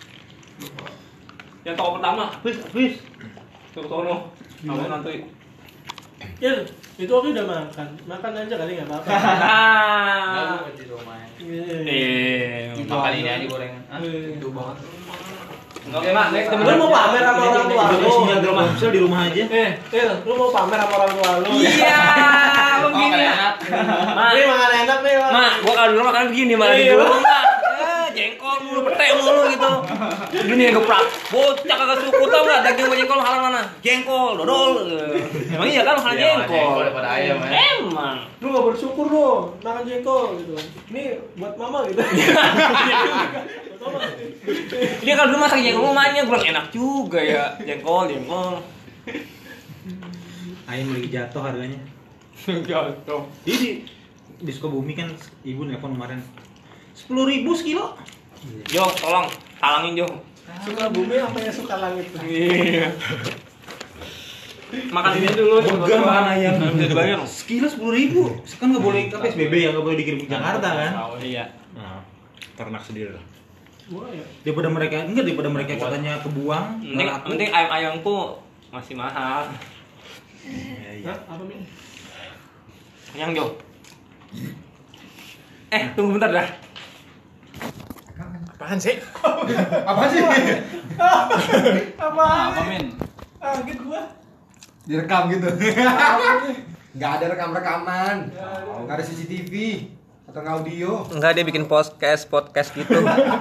Yang toko pertama, habis habis. Tuh sono. Kamu ngantri. Ya, itu aku udah makan. Makan aja kali nggak apa-apa. Nah. di rumah. Eh, makan ini aja gorengan. Ah, Itu banget. Oke, Mak, next temen Lu mau pamer sama orang tua lu? Isinya di rumah, bisa di rumah aja. Eh, eh, lu mau pamer sama orang tua lu? Iya, begini ya. Mak, Ini makan enak nih, Mak. Mak, gua kalau dulu makan begini malah di Iya. rumah. Eh, jengkol mulu, petek mulu gitu. Gini ya geprak. Bocah kagak suku tau enggak daging sama jengkol mahalan mana? Jengkol, dodol. Emang iya kan makan jengkol. daripada ayam ya. Emang. Lu gak bersyukur lu makan jengkol gitu. Ini buat mama gitu. Buat mama. Dia kalau dulu masak jengkol rumahnya kurang enak juga ya. Jengkol, jengkol. Ayam lagi jatuh harganya. Jatuh. Jadi di, di Sukabumi kan ibu nelpon kemarin sepuluh ribu sekilo. Jo, tolong talangin Jo. Suka bumi apa yang suka langit? Iya. Makan ini dulu. Burger makan ayam. Bisa dibayar. Sekilo sepuluh ribu. Kan nggak boleh ke P S B B ya, nggak boleh dikirim ke Jakarta kan. Oh iya. Nah, ternak sendiri lah. Wah ya. Daripada mereka enggak daripada mereka katanya kebuang. Penting, nggak laku. penting ayam-ayamku masih mahal. Ya, iya. Hah? Apa Min? Yang Jo. Eh, tunggu bentar dah. Apaan sih? Apa sih? Apa? Apa Min? Kaget gua. Direkam gitu. Nggak ada rekam-rekaman. Nggak ada C C T V atau nggak audio. Enggak, dia bikin podcast, podcast gitu.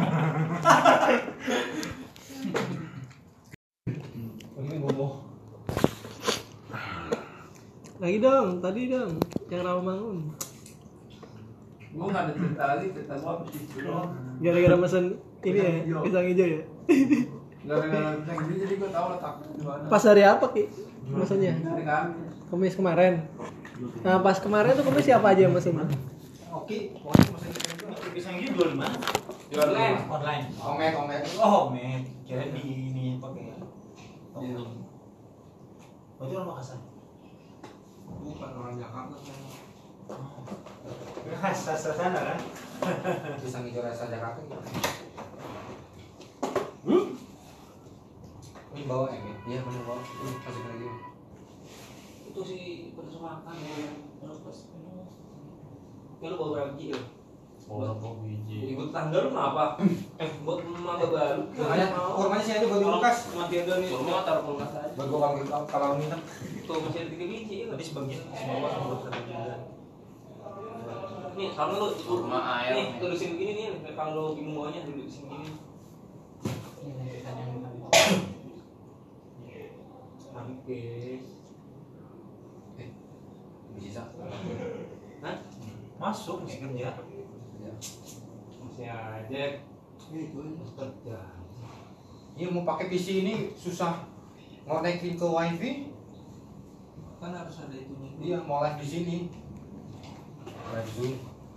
Lagi dong, tadi dong. Yang Rawamangun. Gua nggak ada cerita lagi, cerita gua habis itu doang. Gara-gara mesen ini ya, pisang hijau ya. Gara-gara yang ini jadi gua tahu letaknya di mana. Pas hari apa Ki? Mesennya? Hari kami. Kamis kemarin. Nah pas kemarin tuh kamis siapa aja yang mesen? Oke, pokoknya masa kita Pisang hijau jual di mana? Jual online. Online. Omet, omet. Oh, men. Kira di ini pakai. Iya. Oh, itu orang Makassar. Bukan orang Jakarta. Khas khas sana kan? Pisang hijau rasa Jakarta gitu. Ini bawa ya, Mit? Iya, bener bawa. Ini masukin lagi. Itu sih pedas makan ya. Terus pas ya lu bawa berapa biji lo? Berapa biji? Ibu tangga lu kenapa? Eh, buat mama baru. Makanya kurmanya sih ada buat di kulkas. Mati ada nih, semua taruh kulkas aja. Buat gua kalau kalau minta. Tuh masih ada tiga biji ya. Tadi sebagian bawa sama beberapa. Nih, kalau lu Kurma air. nih, tulisin begini nih, kalau lu bingung bawanya tulisin begini. Oke. Eh, bisa. Hah? Masuk masih kerja. Masih aja. Kerja. Iya mau pakai P C ini susah ngonekin ke wifi. Kan harus ada itunya. Iya mau live di sini. Live Zoom.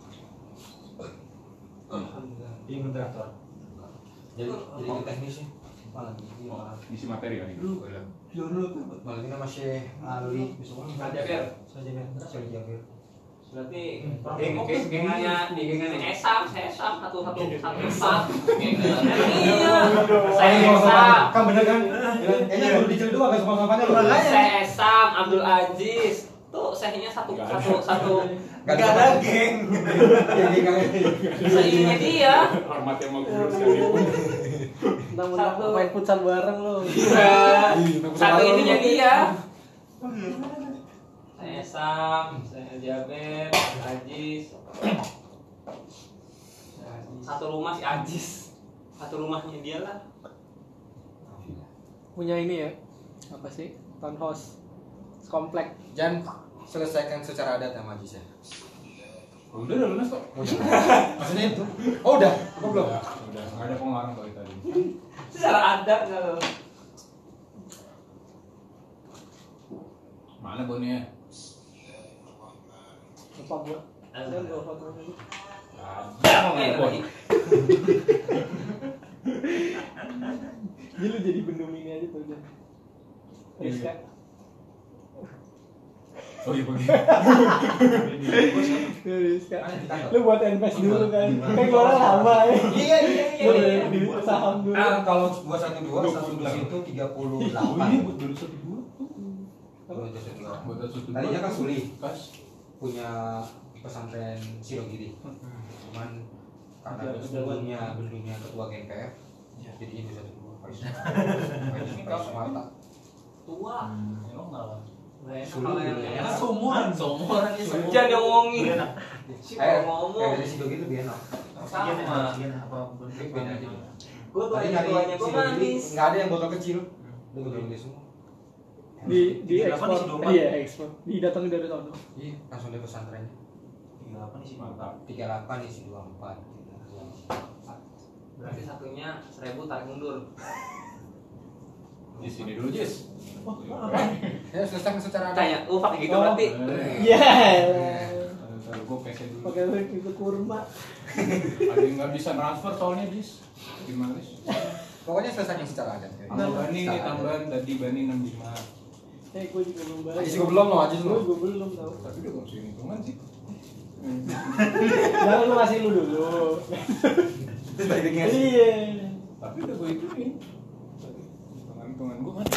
Alhamdulillah. Iya moderator. Jadi jadi teknisnya. Malah ini malah. Isi materi kan itu. Malah ini sama Syekh Ali. Saja Ber. Saja kan. Syekh Jabir. Berarti geng geng gengannya di gengannya Esam, Esam satu satu satu empat. Iya. Saya Esam. Kan bener kan? Kayaknya baru dicel dua kan sama-samanya lu. Saya Esam, Abdul Aziz. Tuh sehnya satu satu satu. Gak ada geng. Sehnya dia. Hormat yang mau guru sekalipun. Mentang-mentang lu main futsal bareng lu. Satu ininya dia. Saya Sam, saya Jaber, Ajis. Satu rumah si Ajis. Satu rumahnya dia lah. Punya ini ya. Apa sih? Townhouse. Komplek. Jangan selesaikan secara adat ya Majis ya. Udah udah lunas kok. Oh, iya. Maksudnya itu. Oh, udah. Apa belum? Udah, udah. Nggak ada pengeluaran kali tadi. Secara ada nggak lo? Mana bonnya? Lupa gua. Ada gua foto dulu. Ada mau Eh, ngebon. lagi. Jadi lu jadi bendung ini aja tuh dia. Rizka. Oh iya bang. Rizka. Lu buat invest dulu kan. Kan gua orang lama ya. Iya iya iya. Lu iya. di saham dulu. Nah, kalau buat satu dua satu dus itu tiga puluh delapan. buat dulu satu dua. Buat satu dua. Buat satu dua. Tadinya kan Suli Kas. punya pesantren Sirogiri. Cuman karena bendungnya bendungnya ketua G N P F, jadi ini satu dua. Ini kalau Sumarta. Tua. Emang nggak? Suli gitu ya. Enak sumuran, sumuran ini. Jangan yang ngomongin. Si Eh, ngomong. kayak dari Sirogiri lebih enak. Sama. Tapi beda aja. Gue tuh Tadi yang nyari tuanya gue Sirogiri manis. nggak ada yang botol kecil. Itu botol gede semua. Di di tiga puluh delapan ekspor. isi dua puluh empat. Iya, ekspor. Didatangin dari sono. Iya, langsung dari pesantrennya. tiga puluh delapan isi Mantap. tiga puluh delapan isi dua puluh empat. Berarti satunya seribu tarik mundur. Di sini dulu Jis. Ya, selesai secara ada. Tanya, uh pakai gitu berarti. Iya. Taruh gue P C dulu. Pakai link itu kurma. Ada yang nggak bisa transfer soalnya Jis. Gimana sih? Pokoknya selesai secara ada. Sama Bani nih tambahan tadi Bani enam puluh lima. Eh, gua juga belum bayar. Isi gua belum loh, aja Gua lu. gua belum tahu. Tapi udah nggak usah hitungan sih. Jangan lu ngasih lu dulu. Terus balik lagi. Iya. Tapi udah gue hitungin. Hitungan-hitungan gue kan.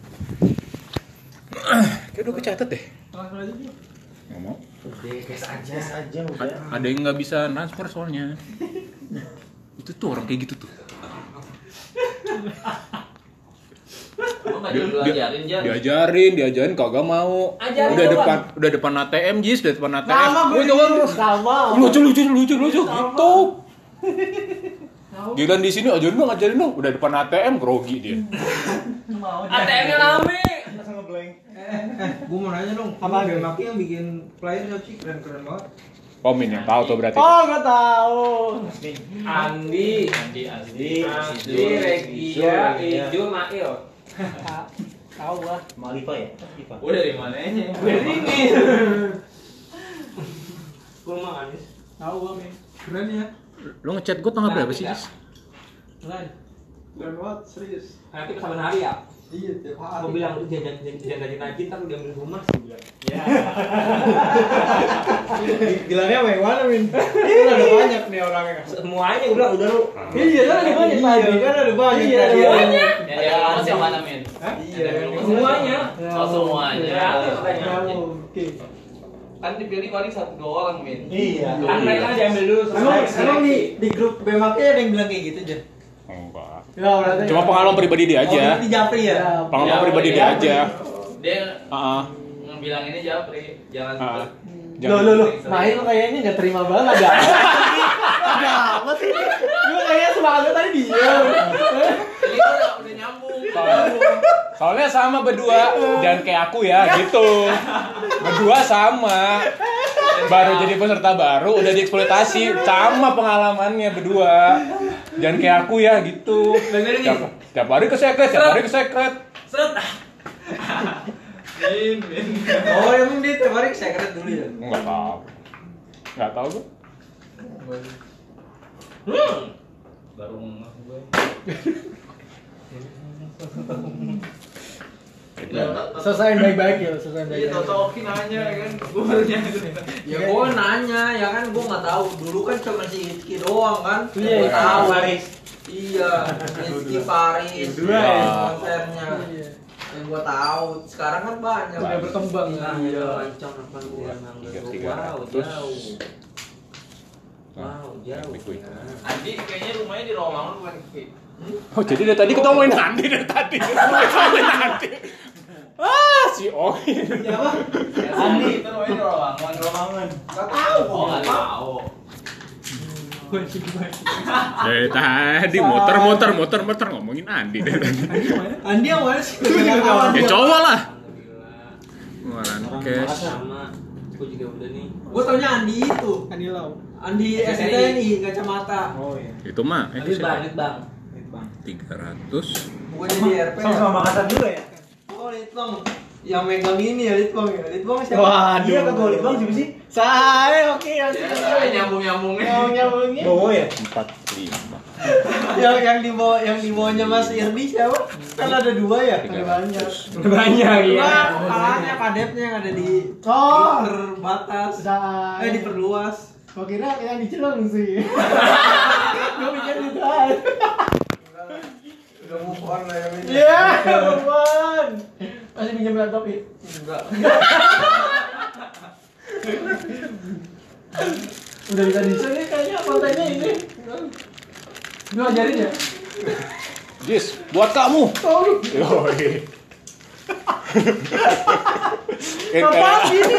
Kayak udah kecatat deh. Transfer aja dulu. Nggak mau. Udah, cash aja. aja udah. Ada yang nggak bisa transfer soalnya. Itu tuh orang kayak gitu tuh. Lu enggak Dia- dulu dia- ajarin Jan. Diajarin, diajarin kagak mau. Ajarin Udah doang. depan, udah depan A T M Jis, udah depan A T M. Sama gue Wih, jangan. dulu. Sama. Lucu lucu lucu lucu gitu. Giliran di sini ajarin dong, ajarin dong. Udah depan A T M grogi dia. A T M-nya rame. Langsung ngeblank. Gue mau nanya dong, Apa? B M A K yang bikin player siapa sih? Keren-keren banget. Komin yang tahu tuh berarti. Oh, gua tahu. Andi, Andi Andi Andi, Regia, Ijul, Mail. Tahu gua. Malifa ya? Iva. Udah dari mana aja? Dari ini. Kurma manis. Tahu gua, men. Keren ya. Lu ngechat gue tanggal berapa sih, Jis? Keren. Keren banget, serius. Nanti kesabaran hari ya. Iya, tiap hari. Aku bilang tuh jangan jangan jadi najin ntar udah ambil rumah sih bilang. Ya. Bilangnya mana Min? Kan ada banyak nih orangnya. Semuanya gue bilang udah lu. Iya, kan ada banyak tadi. Kan ada banyak Iya, tadi. semuanya. Yang di atas yang mana, Min? Iya. Semuanya. Oh, semuanya. Ya, katanya. Oke. Kan dipilih paling satu dua orang, Min. Iya. Kan mereka diambil dulu Emang selesai emang di seleksi. di grup B M A K ada yang bilang kayak gitu aja. Enggak. Ya, berarti. Cuma pengalaman pribadi dia Oh, aja. berarti Japri ya? Pengalaman Ya, pribadi iya. dia aja. Dia Heeh. ngebilang ini Japri, jangan Heeh. Lo lo lo, main lo kayaknya nggak terima banget ada. Ada apa sih? Gue kayaknya semangat tadi dia. ini udah, udah nyambung. Soalnya sama berdua, jangan kayak aku ya, gitu. Berdua sama. Baru jadi peserta baru, udah dieksploitasi, sama pengalamannya berdua. Jangan kayak aku ya, gitu. Dengerin nih. Tiap, tiap hari ke secret, tiap hari ke secret. Seret. Min, Min. Oh, emang dia tiap hari secret dulu ya? Enggak tahu. Enggak tahu gue. Hmm. Baru ngeh gue. Selesai baik-baik ya, selesai Iya, baik-baik. tau-tau Oki nanya kan, gue baru nyanya. Ya gua nanya, ya kan gua nggak tahu. Dulu kan cuma si Itki doang kan. Iya, Gua tahu. Faris. Iya, Itki Faris. Dua ya. Kontennya. Iya. Yang gua tahu. Sekarang kan banyak. Udah berkembang. Nah, Iya. ya lancang apa gua nanggung. Tiga, Wow, tiga ratus. jauh. Wow, jauh. Quick. ya. Andi kayaknya rumahnya di Rawamangun bukan Ki. Oh, jadi dari tadi kita ngomongin Andi dari tadi. Ngomongin Andi. Ah, si Oin. Siapa? Andi itu rumahnya di Rawamangun. Romangan. Enggak tahu. Oh, enggak tahu. Dari tadi muter-muter muter-muter ngomongin Andi dari tadi. Andi yang mana sih? Ya cowok lah. Pengeluaran cash. Sama Gue juga udah nih. Gue taunya Andi itu. Andi Lau. Andi S T N I kacamata. Oh iya. Itu mah eh, Lanjut bang, lanjut bang. Lihat bang. tiga ratus. Bukannya di R P. Sama-sama Makassar juga ya? Oh, Litbang. Yang megang ini ya Litbang ya. Litbang siapa? Waduh. Iya kagak Litbang bang siapa sih? Saya oke ya. Ya, nyambung-nyambungnya. Yang nyambungnya. Bowo ya? empat lima. yang yang di bawah yang di bawahnya Mas Irdi siapa? Kan ada dua ya, ada banyak. Banyak ya. Nah, kepalanya kadepnya yang ada di oh terbatas. Eh diperluas. Gua kira yang diceleng sih. Gua mikir gitu aja. Udah move on lah ya ini. Iya, move on. Masih pinjam laptop ya? Enggak. Udah bisa di sini kayaknya kontennya ini. Lu ajarin ya? Jis, buat kamu. Oh, Yoi. apa gini?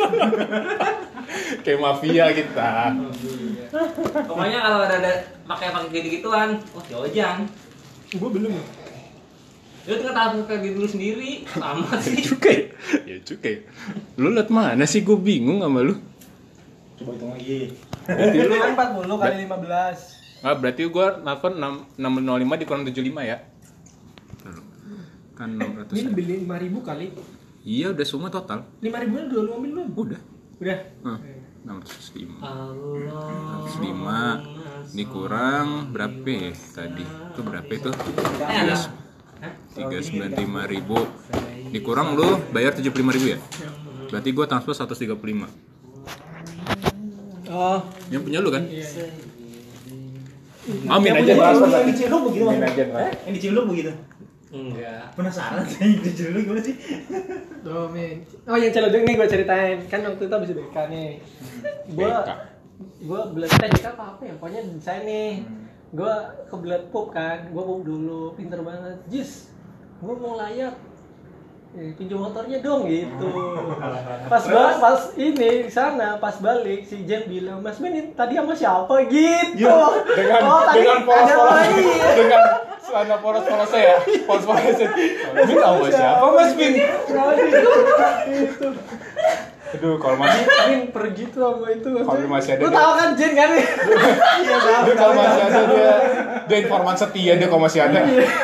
Kayak mafia kita. Pokoknya kalau ada ada pakai pakai gitu-gituan, oh si Ojang. Gua belum. Lu tinggal tahu kayak gitu dulu sendiri, sama sih. Cukai. Ya cukai. Lu liat mana sih, gue bingung sama lu. Coba hitung lagi. Berarti lu Kan empat puluh kali lima belas. Ah, berarti gua nelfon enam nol lima dikurang tujuh puluh lima ya. Kan enam ratus. Ini lebih lima ribu kali. Iya, udah semua total. lima ribunya udah lu ambil belum? Udah. Udah. Hah, enam ratus lima. Allah. enam ratus lima dikurang berapa ya tadi? Itu berapa itu? Eh, tiga ratus sembilan puluh lima ribu dikurang lu bayar tujuh puluh lima ribu ya? Berarti gua transfer seratus tiga puluh lima. Oh, Yang punya lu kan? iya. Amin Yang aja punya transfer yang tadi. di Ciluk begitu Amin Bang? aja, Bang. Eh, Yang di Ciluk begitu? enggak. Penasaran sih yang di Ciluk gimana sih? Tuh, Min. Oh, yang celodong nih gua ceritain. Kan waktu itu habis B K nih. Gua B K. gua belet B K apa apa ya? Pokoknya desain nih. Gua kebelet pup kan. Gua pup dulu, pinter banget. Jis. Gua mau layak. Eh, pinjam motornya dong gitu. Pas ba- pas ini di sana pas balik si Jen bilang, "Mas Ben ini tadi sama siapa?" gitu. Dengan Oh, tadi dengan ada polos-polos lagi. dengan celana polos-polosnya ya. Polos-polosnya. Bin sama siapa Mas Bin? Itu. Aduh, kalau masih Min pergi tuh sama itu. Kalau masih ada Lu dia. tahu kan Jen kan? Iya, tahu. dia kalau masih ada dia dia informan setia dia kalau masih ada.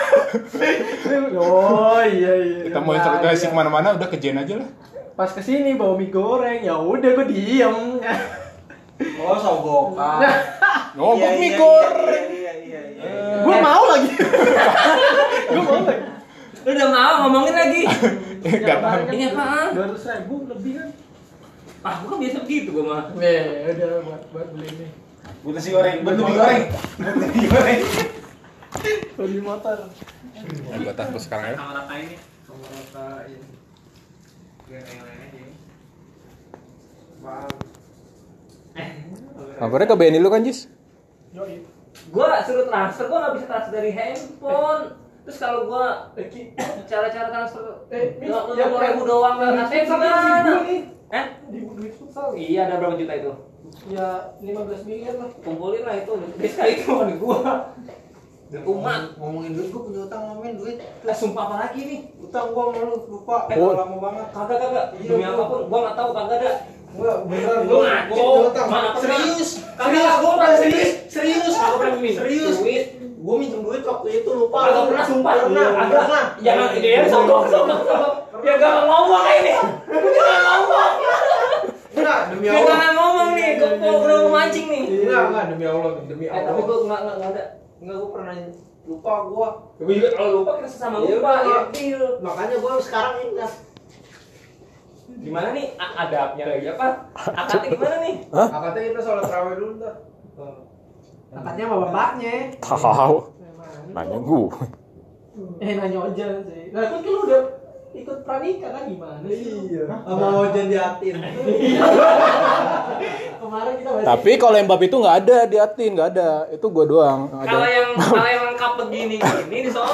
Oh iya iya. Kita mau integrasi kemana-mana udah ke Jen aja lah. Pas kesini bawa mie goreng, ya udah gue diem. Oh, sogokan. Oh, gue mie goreng. Iya, iya, iya. Gue mau lagi. Gue mau lagi. Lu udah mau ngomongin lagi. Enggak tahu. Ini apaan? Dua ratus ribu lebih kan? Ah, gua kan biasa begitu gua mah. Nih, udah buat buat beli nih. Buat nasi goreng, buat mie goreng. Buat mie goreng. Beli motor. Nah, gua tahu sekarang ya. Sama rata ini. Sama rata ini. Biar yang lain aja. Bang. Nomornya ke B N I lu kan, Jis? Yoi. Gua suruh transfer, gua nggak bisa transfer dari handphone. Terus kalau gua cara-cara transfer Eh, Min, dua yang puluh ribu doang nggak ngasih gimana? nih. Eh? Di duit futsal. Iya, ada berapa juta itu? Ya lima belas miliar lah. Kumpulin lah itu, gede sekali itu di gua. Umat, Ngomongin duit, gue punya utang ngomongin duit. lah sumpah apa lagi nih? Utang gua sama lu lupa. Eh, Udah lama banget. Kagak kagak, Iya, demi gua- apapun, gua nggak tahu kagak ada. Enggak, beneran Lu ngaco, mana pernah? Serius, Kagak, gua pernah serius, serius, Kagak pernah minjem serius. duit. Gue minjem duit waktu itu lupa. Kagak pernah sumpah, Pernah, kagak. pernah. Jangan dia sombong sombong sombong. Ya gak ngomong kayak ini. Jangan ngomong. Enggak, demi Ya Allah. jangan ngomong nih, gua mau mau mancing nih. Enggak, enggak demi Allah, demi Eh tapi Allah. gua enggak enggak enggak ada. Enggak, gue pernah lupa gua. Gua juga kalau lupa kita sesama Iya, lupa, Pak. ya deal. Makanya gua sekarang ingat. Gimana nih A- adabnya lagi apa? Akadnya gimana nih? Akadnya kita sholat tarawih dulu ntar. Akadnya sama bapaknya. Tahu. Nanya gua. Eh nanya Ojan sih. Nah kan lu udah ikut pranikah kan gimana sih? Iya. Sama Ojan di Atin. Kemarin kita bahas. Tapi kalau yang bab itu nggak ada di Atin, nggak ada. Itu gua doang. Ada. Kalau yang kalau yang lengkap begini gini di sono.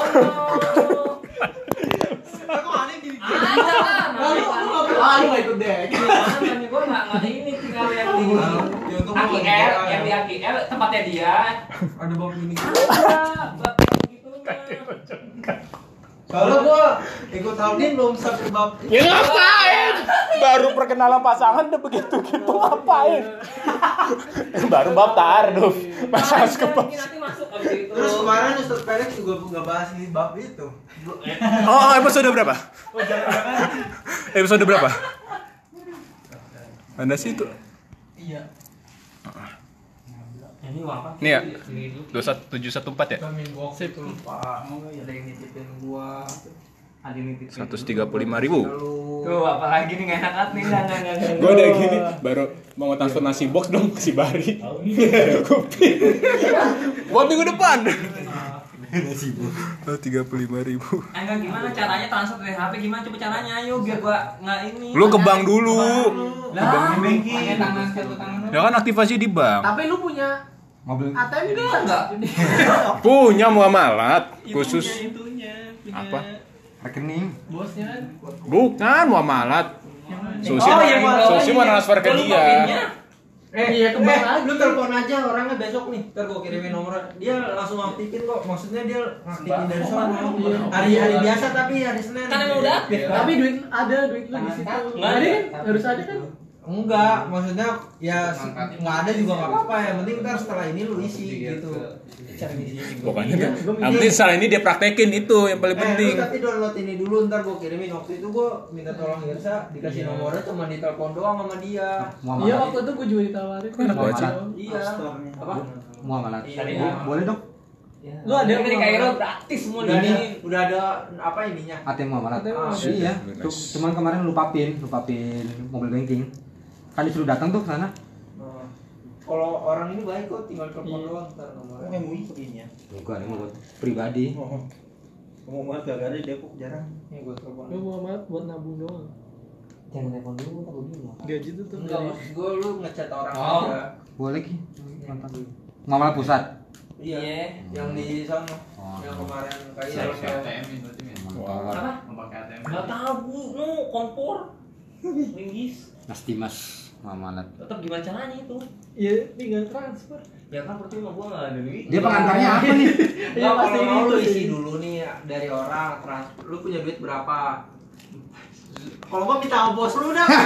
Kok aneh gini? Ada lah. Lalu lu nggak pernah lu nggak ikut deh. Gimana nih gua enggak enggak ini tinggal yang di Ya, untung Aki gua L, nggak yang di ada. Aki L tempatnya dia. Ada bab ini. Ada, bab gitu mah. Kalau gua ikut Aldin belum sampai bab. Ya ngapain? Baru perkenalan pasangan udah begitu gitu ngapain? Baru bab ta'aruf. Pas ke bab. Nanti masuk abis itu. Terus kemarin Ustaz Felix juga nggak bahas ini bab itu. Oh, episode berapa? Episode berapa? Anda sih itu. Iya. Ini apa? Nih ya. dua satu tujuh satu empat ya? Kami gokil tuh lupa. Mau nggak ada yang nitipin gua. Ada yang nitip. seratus tiga puluh lima ribu. Tuh, apalagi nih nggak enak nih, nggak nggak nggak. Gue udah gini, baru mau transfer nasi box dong ke si Bari. Kopi. Buat minggu depan. Nasi box. Oh, tiga puluh lima ribu. Eh, enggak, gimana caranya transfer dari H P? Gimana coba caranya? Ayo biar gua nggak ini. Lu ke bank dulu. Lah, banking. Pakai tangan satu tangan. Ya kan aktivasi di bank. Tapi lu punya Mobil A T M Bisa enggak? enggak? Punya muamalat khusus Itunya, punya apa? rekening. Bosnya kan. Bukan muamalat. Susi, Oh, iya, muamalat. Susi mau transfer ke Gua lupa dia. pinnya. Eh, Iya, ke bank aja. Lu telepon aja orangnya besok nih. Ntar gua kirimin nomornya. Dia langsung aktifin kok. Maksudnya dia aktifin dari sana. Hari-hari biasa tapi hari Senin. Kan emang udah aktif, kan? Tapi duit ada, duit lu di situ. Nggak ada. Jadi kan harus ada kan? Enggak, maksudnya ya se- nggak ada juga nggak apa-apa. Yang penting ntar setelah ini lu isi gitu. Pokoknya Iya, tuh. gua Yang penting setelah ini dia praktekin itu yang paling Eh, lu penting. tapi download ini dulu, ntar gua kirimin. Waktu itu gua minta tolong Irsa, dikasih nomornya cuma ditelepon doang sama dia. Iya, waktu itu gue juga ditawarin. Enak banget sih. Iya. Apa? Muamalat. Iya. Boleh dong. Lu ada Ini dari Kairo gratis semua Udah ada, ini. udah ada apa ininya? A T M muamalat. A T M Ah, ada. iya. Tuh, cuman kemarin lupapin, lupapin mobil banking. Kan disuruh datang tuh ke sana. Nah, kalau orang ini baik kok, tinggal telepon Iya. doang ntar nomornya. M U I begini ya. Bukan, ini buat pribadi. Ngomong banget gak ada di Depok jarang. Nih gua telepon. Lu Muhammad buat nabung doang. Jangan telepon dulu, ntar gua bilang. Gaji tuh tuh. Enggak, maksud gua lu ngechat orang Oh. aja. Boleh Ki. Mantap. Muamalat pusat. Iya, Iya. yang di sana. Oh. Yang kemarin kayak Pakai A T M itu berarti men. Mantap. Apa? Mau pakai A T M. Nggak tahu, no kompor. Linggis. Mas Dimas muamalat. Tetap gimana caranya itu? Iya, tinggal transfer. Ya kan percuma gua nggak ada duit. Dia pengantarnya apa nih? Iya, Enggak, pasti kalau mau gitu lu sih. isi dulu nih dari orang transfer. Lu punya duit berapa? Kalau gua minta sama bos lu dah.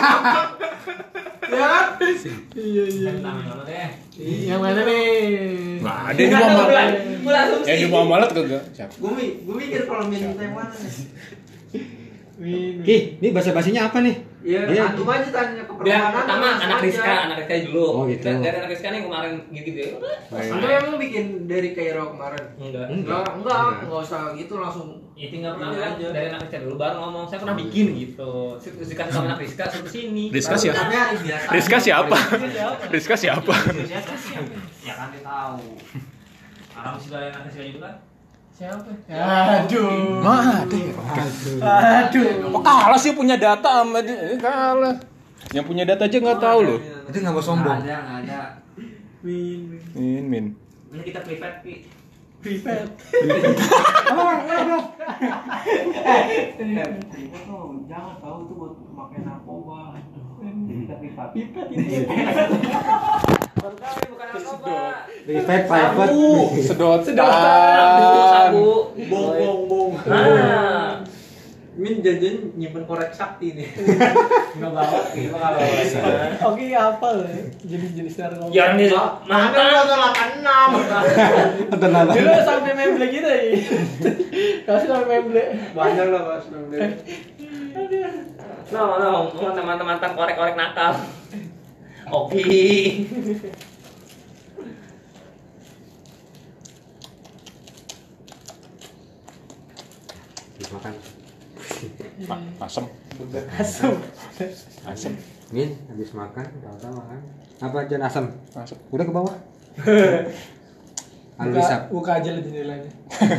Ya kan? Iya, iya. Tangan mana deh? Yang mana nih? Nggak ada di muamalat. Gua langsung Ya di muamalat kagak. Siapa? Gua mi- gua mikir kalau minta yang mana nih. Win. Ki, ini bahasa basinya apa nih? Iya, Dia- antum aja tanya ke Biar pertemanan. pertama langsung anak aja. Rizka, anak Rizka dulu. Oh, gitu. Dari, dari anak Rizka nih yang kemarin gitu ya. Udah. Antum emang bikin dari Kairo kemarin? Enggak. Enggak, enggak, enggak usah gitu langsung. Ya tinggal pernah Ini kan aja. dari anak Rizka dulu baru ngomong saya pernah bikin gitu. Terus dikasih sama anak Rizka suruh sini. Rizka siapa? Tapi hari biasa. Rizka siapa? Rizka siapa? Ya kan dia tahu. Orang sih dari anak Rizka juga kan. Siapa? Aduh. Mah ada. Aduh. Oh, kalah sih punya data sama dia. Ini kalah. Yang punya data aja nggak tahu loh. Itu nggak mau sombong. Nggak ada, nggak ada. Win. Min, min. Ini kita private Pi. Private. Itu tuh jangan tahu tuh buat pakai narkoba. Kita privat. Pipet ini. Baru kali bukan narkoba. Private, private. Sedot. Sabu, sabu. Bong bong bong. Ah. Min janjian nyimpen korek sakti nih. Enggak bawa, gitu kalau. Oke, apa lah jenis-jenis narkoba? Ya ini Mana mantap. foto delapan enam. Tenang. Dulu sampai memble gitu ya. Kasih sampai memble. Banyak lah Mas Bang. No, no, mantan-mantan korek-korek nakal. Oke. Makan. Asem. Asam. Asem. Min, habis makan, tahu-tahu makan. Apa jangan asam? Asem. Udah ke bawah. Alur Buka, hisap. buka aja lah jendelanya.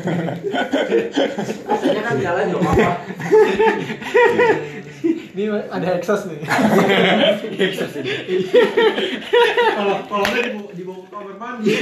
Aslinya kan jalan juga apa. Ini ada exhaust nih. Kalau kalau nggak dibawa dibawa ke kamar mandi.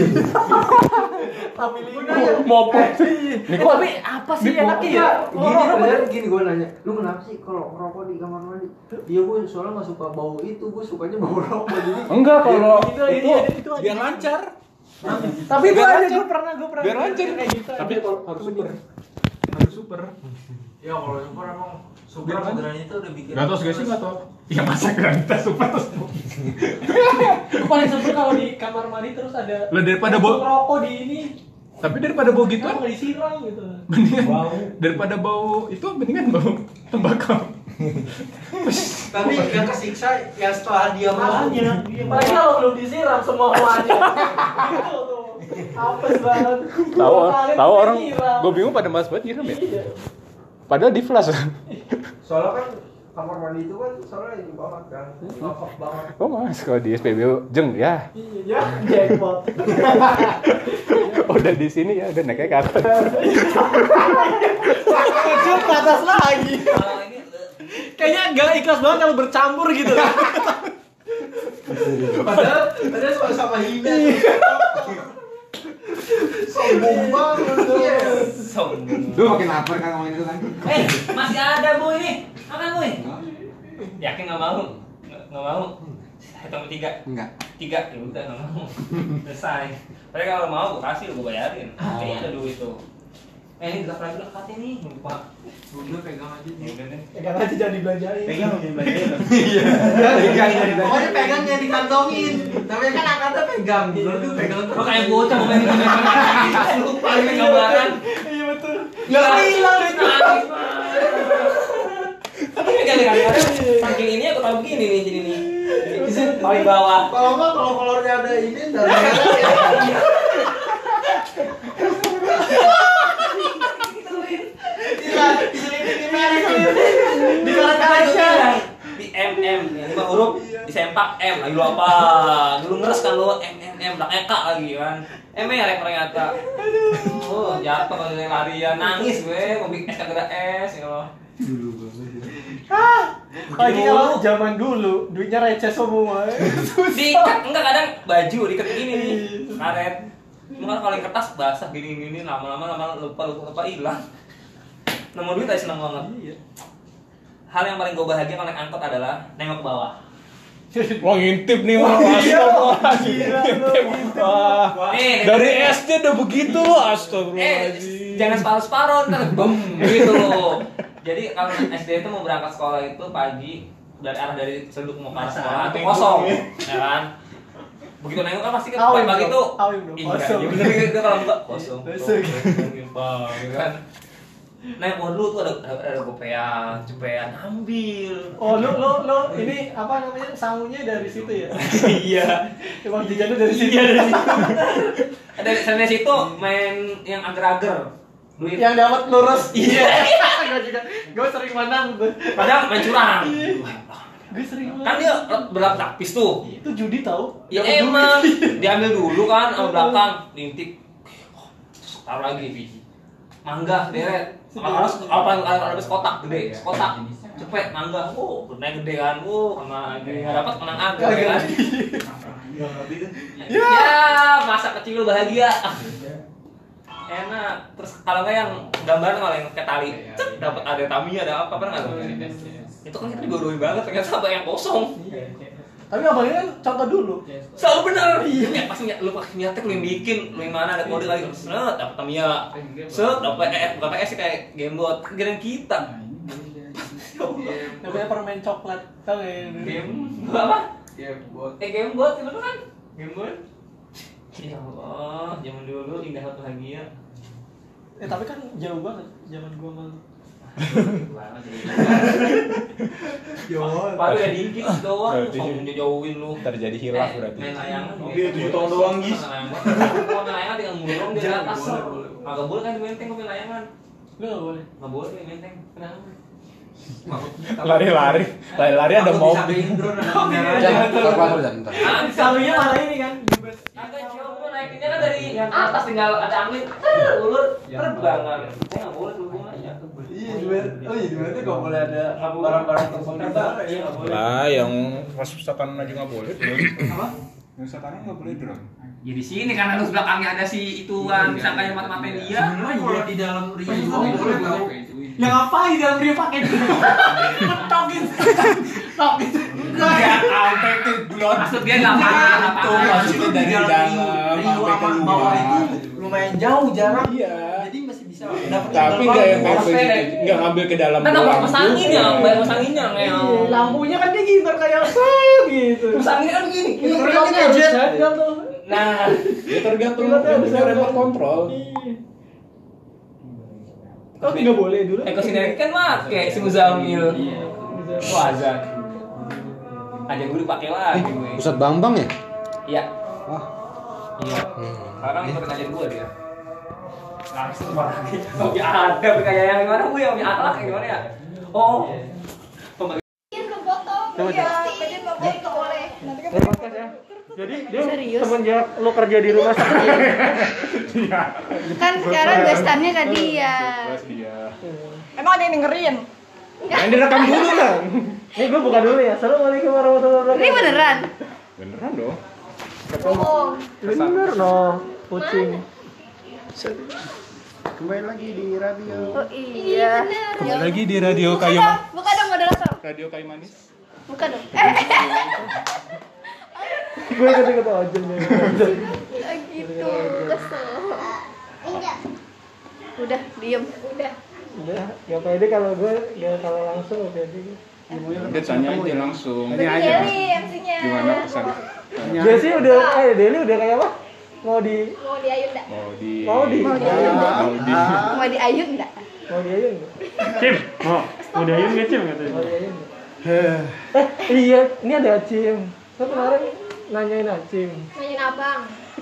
Tapi Mopok. Ini kok tapi apa sih enaknya ya? Gini bener gini gue nanya, lu kenapa sih kalau ngerokok di kamar mandi? Iya gue soalnya nggak suka bau itu, gue sukanya bau rokok jadi. Enggak kalau Itu, itu itu, itu aja. biar lancar. Tapi Biar gua aja lancar. gua pernah gua pernah Biar lancar. kayak gitu. Tapi aja. harus super. Harus super. super. Ya kalau super emang super Biar sama kan? Granita udah bikin. Gak tau sih sih gak tau. Ya masa granita super terus. Gue paling sebel kalau di kamar mandi terus ada Lah daripada bau, rokok di ini. tapi daripada bau Kan gituan, nggak disiram gitu. mendingan daripada bau itu mendingan bau tembakau. Tapi yang kesiksa yang setelah dia masuk. Apalagi kalau belum disiram semua muanya. Gitu tuh. Apes banget. Tahu Dua kali tahu udah orang, nyiram. gue bingung pada mas banget nyiram ya. Iya. Padahal di flash. Soalnya kan kamar mandi itu kan soalnya ini banget kan. Lengkap banget. Oh mas, kalau di S P B U jeng ya. Iya, jackpot. Udah di sini ya, udah naiknya ke atas. Ujung ke atas lagi. Kalau ini Kayaknya nggak ikhlas banget kalau bercampur gitu. Padahal padahal sama sama Hina. Sombong banget. sombong. Lu makin lapar kan ngomongin itu kan. Eh, masih ada Bu ini. Makan Bu. Yakin nggak mau? Nggak nggak mau. Hitung tiga. Enggak. Tiga ya udah nggak mau. Selesai. Tapi kalau mau gue kasih, gue bayarin. Kayaknya ada duit tuh. Eh ini gelas lagi dekat ini, lupa. Udah pegang aja. Ya udah deh. Pegang aja jangan dibelanjain. Pegang jangan belanjain. Pegang pokoknya pegang yang dikantongin. Namanya kan angkatnya pegang. Lu pegang Lo kayak bocah mau main di kamar. Lupa ini gambaran. Iya betul. Nggak hilang nangis. Tapi kan kadang-kadang saking ini aku tahu begini nih jadi nih. Paling bawah. kalau enggak kalau kolornya ada ini dari merah. Di kaca di M M yang lima huruf disempak M lagi lu apa dulu ngeres kan lu M M M belakangnya K lagi kan M merek ternyata oh jatuh kalau larian nangis gue mau bikin es kagak ada es ya Allah Lagi kalau zaman dulu duitnya receh semua. diikat enggak kadang baju diikat gini nih karet mungkin kalau yang kertas basah gini gini lama-lama lama lupa lupa lupa hilang nemu duit aja seneng banget hal yang paling gue bahagia kalau naik angkot adalah nengok ke bawah. Wah ngintip nih wah. Ngintip. Wah. Eh, Dari S D udah begitu loh, eh astagfirullahaladzim. jangan separuh-separuh ntar bem gitu loh. Jadi kalau S D itu mau berangkat sekolah itu pagi dari arah dari Serduk mau ke arah sekolah itu kosong, ya kan? Begitu nengok kan pasti kan Awim pagi dong, itu awim dong, iya, kosong. iya bener gitu kalau enggak kosong. Kosong. Bang, gitu kan. Naik motor dulu tuh ada ada, ada gopean, cepean, ambil. Oh lu lu lu ini apa namanya sangunya dari situ ya? Iya. Emang jajannya dari situ. Iya dari situ. Ada sana situ main yang agar-agar. Duit. Yang dapat lurus. Iya. Gue juga gue sering menang tuh. Padahal main curang. Gue sering menang. Kan dia berapa lapis tuh. Itu judi tahu. Ya Dapat emang duit. diambil dulu kan sama belakang, diintip. Taruh lagi biji. Mangga deret. Kalau apa ada kotak gede, kotak. Cepet mangga. Oh, naik gede kan. Oh, sama lagi enggak dapat menang agak ya kan. Ya, masa kecil bahagia. Enak. Terus kalau enggak yang gambaran kalau yang kayak tali, cek dapat ada Tamiya ada apa pernah enggak? Itu kan kita dibodohin banget ternyata apa yang kosong. Tapi abangnya kan contoh dulu. Selalu benar. Iya, pasti lu pakai nyatek lu yang bikin, lu yang mana ada kode lagi. Set dapat Tamiya. Set dapat eh bukan P S sih kayak Gamebot. Kegiatan kita. Namanya permen coklat. Tahu enggak ya? Game apa? Gamebot. Eh Gamebot itu kan? Gamebot. Ya Allah, zaman dulu indah bahagia. Eh tapi kan jauh banget zaman gua sama lu. Yo. Baru ya dikit doang, Berarti- sombong jauhin lu. Terjadi hilaf Eh, berarti. Main layangan. Oke, tujuh tahun doang, Gis. Gua main layangan tinggal murung di Jangan, atas. boleh, boleh. Agak boleh kan di menteng gua main layangan. Lu enggak boleh. Enggak boleh main menteng. Kenapa? Lari-lari, lari-lari ada Aku mobil. bisa bikin drone ada kamera aja. Jangan, ntar keluar jangan ntar. Ah, Salunya malah ini kan. agak jauh gua naikinnya kan dari atas tinggal ada angin. Ulur terbang kan. Saya enggak boleh dulu aja. Iya, di luar. Oh iya, di luar tuh nggak boleh ada Nggak boleh. barang-barang terbang terbang. Iya, nggak boleh. Lah yang pas wisatawan aja nggak boleh. Apa? Wisatawan nggak boleh drone. Ya di sini kan harus belakangnya ada si ituan disangkanya mata-matain dia. Sebenarnya kalau di dalam Rio juga boleh tahu. Ya ngapain di dalam dia pakai itu? Mentok gitu. Tok gitu. Enggak sampai ke blon. Maksud dia nggak parah, nggak Itu parah. maksudnya dari dalam Rio sampai sama bawah keluar. itu lumayan jauh jarak. Iya. Jadi masih bisa Tapi nggak yang kayak begitu, nggak ngambil ke dalam Kan doang. apa masanginnya, bayar masanginnya Iya, ngeong. lampunya kan dia gitar kayak set gitu. Masanginnya kan begini. Ini pilotnya harus jaga tuh. Nah, Ya tergantung Pilotnya yang harus punya ada. remote control. Oh, nggak boleh dulu. Eko Sinergi kan pakai si Muzamil. Iya. Wah, azan. Aja gue dipakai lagi gue. Ustadz Bambang ya? Iya. Wah. Iya. Sekarang ikutin aja gue dia. Langsung lagi. Tapi ada kayak yang gimana gue yang punya akhlak yang gimana ya? Oh. Coba, Podcast ya. Jadi dia Serius? semenjak lu kerja di rumah sakit. Kan sekarang bestannya ke dia. Terus dia. Emang ada yang dengerin? Yang direkam dulu kan? Nih gue buka dulu ya. Assalamualaikum warahmatullahi wabarakatuh. Ini beneran? Beneran dong. Bohong. Bener no, kucing. Kembali lagi di radio. Oh iya. Kembali lagi di radio kayu Buka, buka dong moderator. radio kayu manis. Buka dong. Eh, Gue ikut-ikut aja nih. gitu. Kesel. Udah, diem. Udah. Udah, gak pede kalau gue gak kalau langsung gak pede. Dia tanya aja langsung. Berarti Deli M C-nya. Gimana pesan? Jesse udah, eh Deli udah kayak apa? Mau di, Mau di Ayun enggak? Mau di mau di, Mau di Ayun enggak? mau di Mau di Ayun enggak? mau di Ayun nggak? Cim, mau mau dayun nggak Cim katanya? Mau di Ayun nggak? Eh iya, ini ada Acim. Saya kemarin nanyain Acim. Nanyain abang.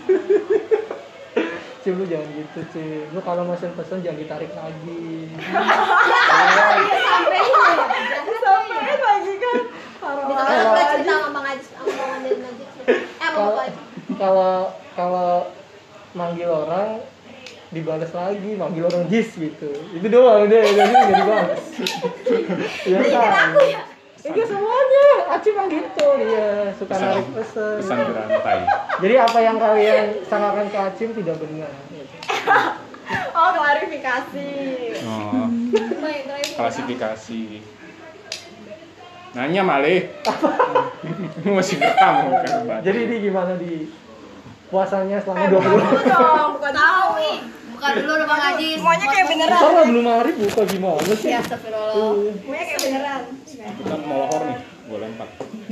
Cim lu jangan gitu Cim. Lu kalau mau pesan jangan ditarik lagi. Iya sampai ini ya. Sampai lagi kan. Di tengah kita cerita sama Bang Ajis, sama Bang Ajis. Eh, sama Kalau Bang Ajis. kalau kalau manggil orang dibalas lagi, manggil orang jis gitu. Itu doang deh, jadi nggak dibalas. Iya kan? Enggak semuanya, Acim mah gitu dia suka Pesan- narik pesan. pesan berantai. Jadi apa yang kalian sangkakan ke Acim tidak benar. Gitu. Oh, klarifikasi. Oh, Baik, terakhir. klasifikasi. Nanya malih. Masih rekam kan. Jadi ini gimana di puasanya selama dua puluh Tahu dong, bukan tahu. Buka dulu dong Bang Ajis. Semuanya kayak beneran. Sama belum hari buka gimana sih? Ya, astagfirullah. Semuanya kayak beneran. Kita mau lohor nih, gue lempar.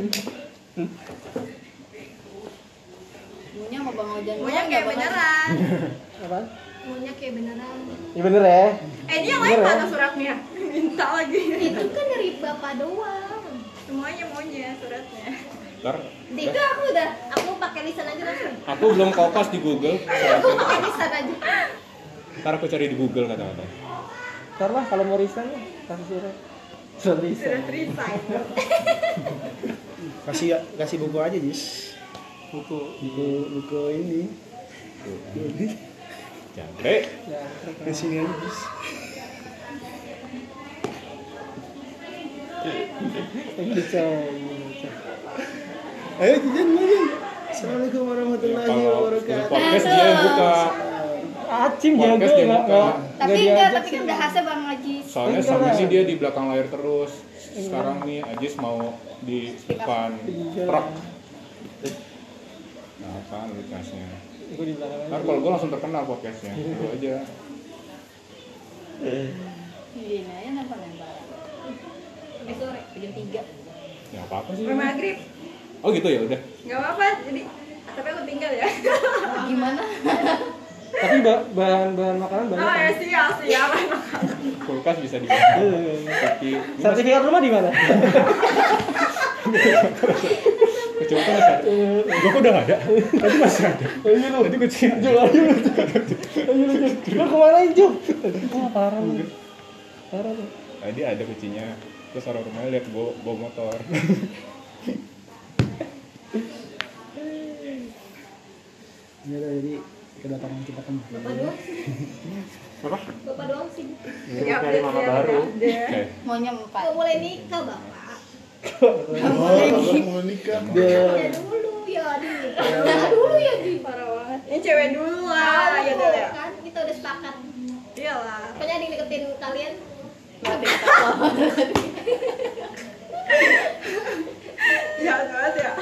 Maunya sama Bang Ojan. Semuanya kayak beneran. Apa? Maunya kayak beneran. Ya bener ya. Eh, dia yang lain Bener ya? mana suratnya? Minta lagi. Itu kan dari Bapak doang. Semuanya maunya suratnya. Ntar, Itu aku udah, aku pakai lisan aja langsung. aku belum kopas di Google. Aku pakai lisan aja. Ntar aku cari di Google kata-kata. Karena kalau mau resign ya kasih surat. Surat resign. Surat resign. Kasih kasih buku aja, Jis. Buku. Buku buku ini. Jangkrik. Ya, Kasih ini aja, Jis. bisa. Ayo jajan lagi. Assalamualaikum warahmatullahi Kalau wabarakatuh. podcast dia yang buka. Acim jago Podcast dia enggak buka. enggak. Tapi enggak, tapi kan udah khasnya Bang Ajis. Soalnya sama sih dia di belakang layar terus. Sekarang nih Ajis mau di depan. Prok. Nah, apaan podcastnya? Gue di belakang. Ntar kalau gue langsung terkenal podcastnya. Lu aja. Gini aja nempel-nempel. Eh sore, jam tiga. Ya apa-apa sih. Sampai maghrib. Oh gitu ya udah. Gak apa-apa, jadi tapi aku tinggal ya. Gimana? Tapi ba- bahan-bahan makanan banyak. Oh ya kan? siap, siap. Kulkas bisa dipakai. Tapi Sertifikat rumah di mana? kecil-kecil masih ada. Gue kok udah gak ada. Tadi masih ada. Ayo lu. Tadi kecil. Ayo lu. Ayo lu. Lu kemana itu? Wah parah lu. Parah lu. Tadi ada kucinya. Terus orang rumahnya lihat gue bawa motor. Ya udah, jadi kedatangan kita kan. Bapak doang sih. Apa? Bapak doang sih. Siap, Cari mama siap, baru. siap. Oke. Maunya empat. Gak boleh nikah Bapak. Oh, abang mau nikah. Ya dulu ya di. Nikah dulu ya di. Parah banget. Ini cewek dulu lah, Tahu ya udah ya. kan kita udah sepakat. Iyalah. Pokoknya ada yang deketin kalian. Ya banget ya.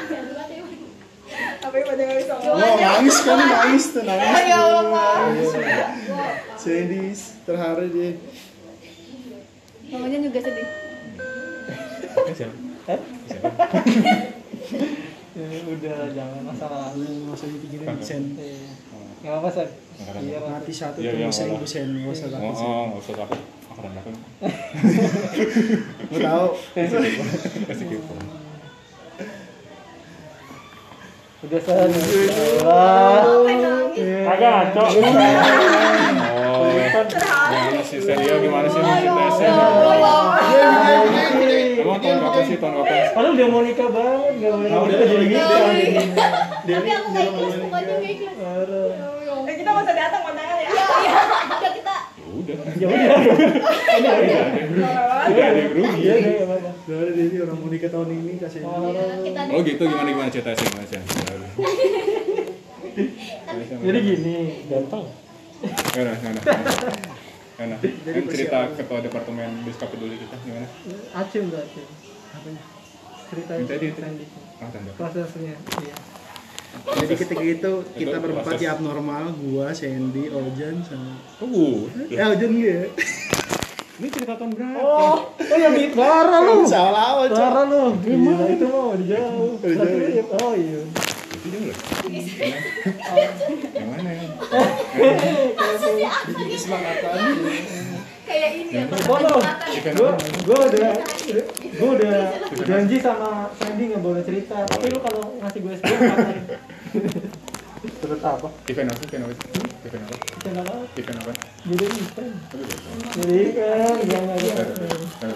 Apa yang pada nggak bisa Oh, ngomong? nangis kan, nangis tuh, nangis. Ya Allah. Nangis. Sedis, terharu dia. Mamanya juga sedih. Ya, udah jangan masalah lalu Nggak usah dipikirin sen. nggak apa San iya Mati satu Iya, iya, tembus seribu malah. sen. Nggak usah Oh, takut. Sen. oh, nggak usah takut. Aku rendah kan. Gua tahu. Kasih kipu. udah San Allah Kagak ngaco. Oh. Gimana sih Serio? Gimana sih mencintai Emang tahun kapan sih? Tahun kapan? padahal udah mau nikah banget nggak boleh Oh, udah, nikah jadi udah, nikah udah. Tapi aku nggak ikhlas, pokoknya nggak ikhlas. Eh, kita nggak usah datang kondangan ya. Iya, iya. Udah kita. Udah. ya udah Udah ada yang rugi. iya nggak apa-apa Soalnya dia orang mau nikah tahun ini kasih. Iya, kita Oh gitu, gimana gimana cerita sih Mas ya? jadi gini gampang Enak, enak. Enak. Kan cerita ketua departemen Diskap Peduli kita gimana? Acim tuh Acim apanya cerita Minta dia, trending Ah, tanda. prosesnya iya Jadi ketika itu kita Itu berempat proses. di abnormal, gua, Sandy, Ojan sama. Oh, Eh Ojan enggak? ini cerita tahun berapa? oh oh yang di parah lu Salah awal, Cok. parah lu gimana itu mau dijauh Oh, dijauh, ya? oh iya Itu jauh loh. Yang mana ya? Kesepakatan. kayak ini ya. Oh, no. Event Gue apa? gue udah gue udah janji sama Sandy nggak boleh cerita. Tapi lu kalau ngasih gue S B ngapain? Terus apa? Event apa? Event apa? Event apa? Kita nggak mau. Event apa? Jadi kan. Jadi kan nggak nggak nggak.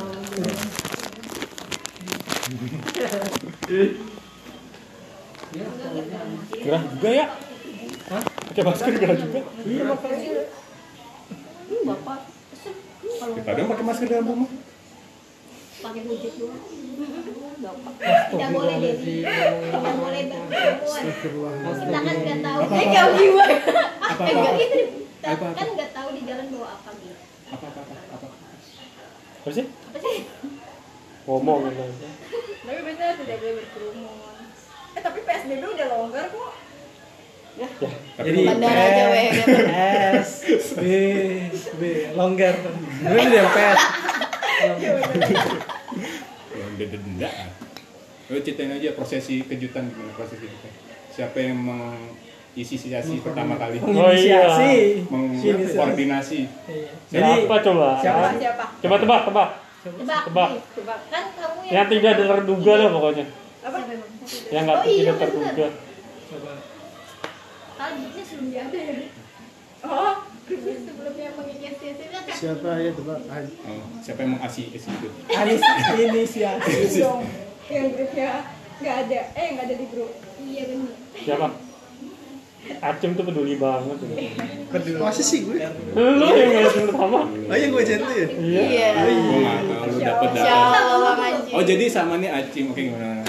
Gerah juga ya? Hah? Pakai masker gerah juga? Iya makanya. Hmm, Bapak. Kalau Kita ada yang pakai masker dalam rumah. pakai budget doang. Bapak. Tidak boleh Dedi. Tidak boleh berkerumun. Kita kan nggak tahu. Eh nggak gimana? Eh nggak itu. Kita kan nggak tahu di jalan bawa apa gitu. Apa apa apa apa? Apa sih? Apa sih? Ngomong gitu. Tapi benar tidak boleh berkerumun. Eh tapi P S B B udah longgar kok. Jadi Bandara aja weh. S B B longgar. Lu udah pet. Yang denda-denda. Lo ceritain aja prosesi kejutan gimana prosesi kita. Siapa yang menginisiasi pertama kali? Oh iya. Mengkoordinasi. Iya. Jadi Siapa coba? Siapa siapa? Coba tebak, tebak. Tebak. Tebak. Coba. Kan kamu yang Yang tidak terduga lah pokoknya. Apa? Yang nggak Oh, iya, tidak bener. terduga. Tadinya sebelum dia ada ya. Oh, Sebelumnya menginisiasi kan. Siapa ya coba? Ah, Oh, siapa yang mengasi itu? Anis inisiasi. dong. Yang grupnya nggak ada. Eh nggak ada di grup. Iya benar. Siapa? Acem tuh peduli banget. Masa sih gue? Lu yang ngeliatin pertama. Oh iya gue Jen tuh ya? Iya. Gue nggak tahu lu dapet data. Insyaallah Bang Haji. Oh jadi sama nih Acim, oke gimana?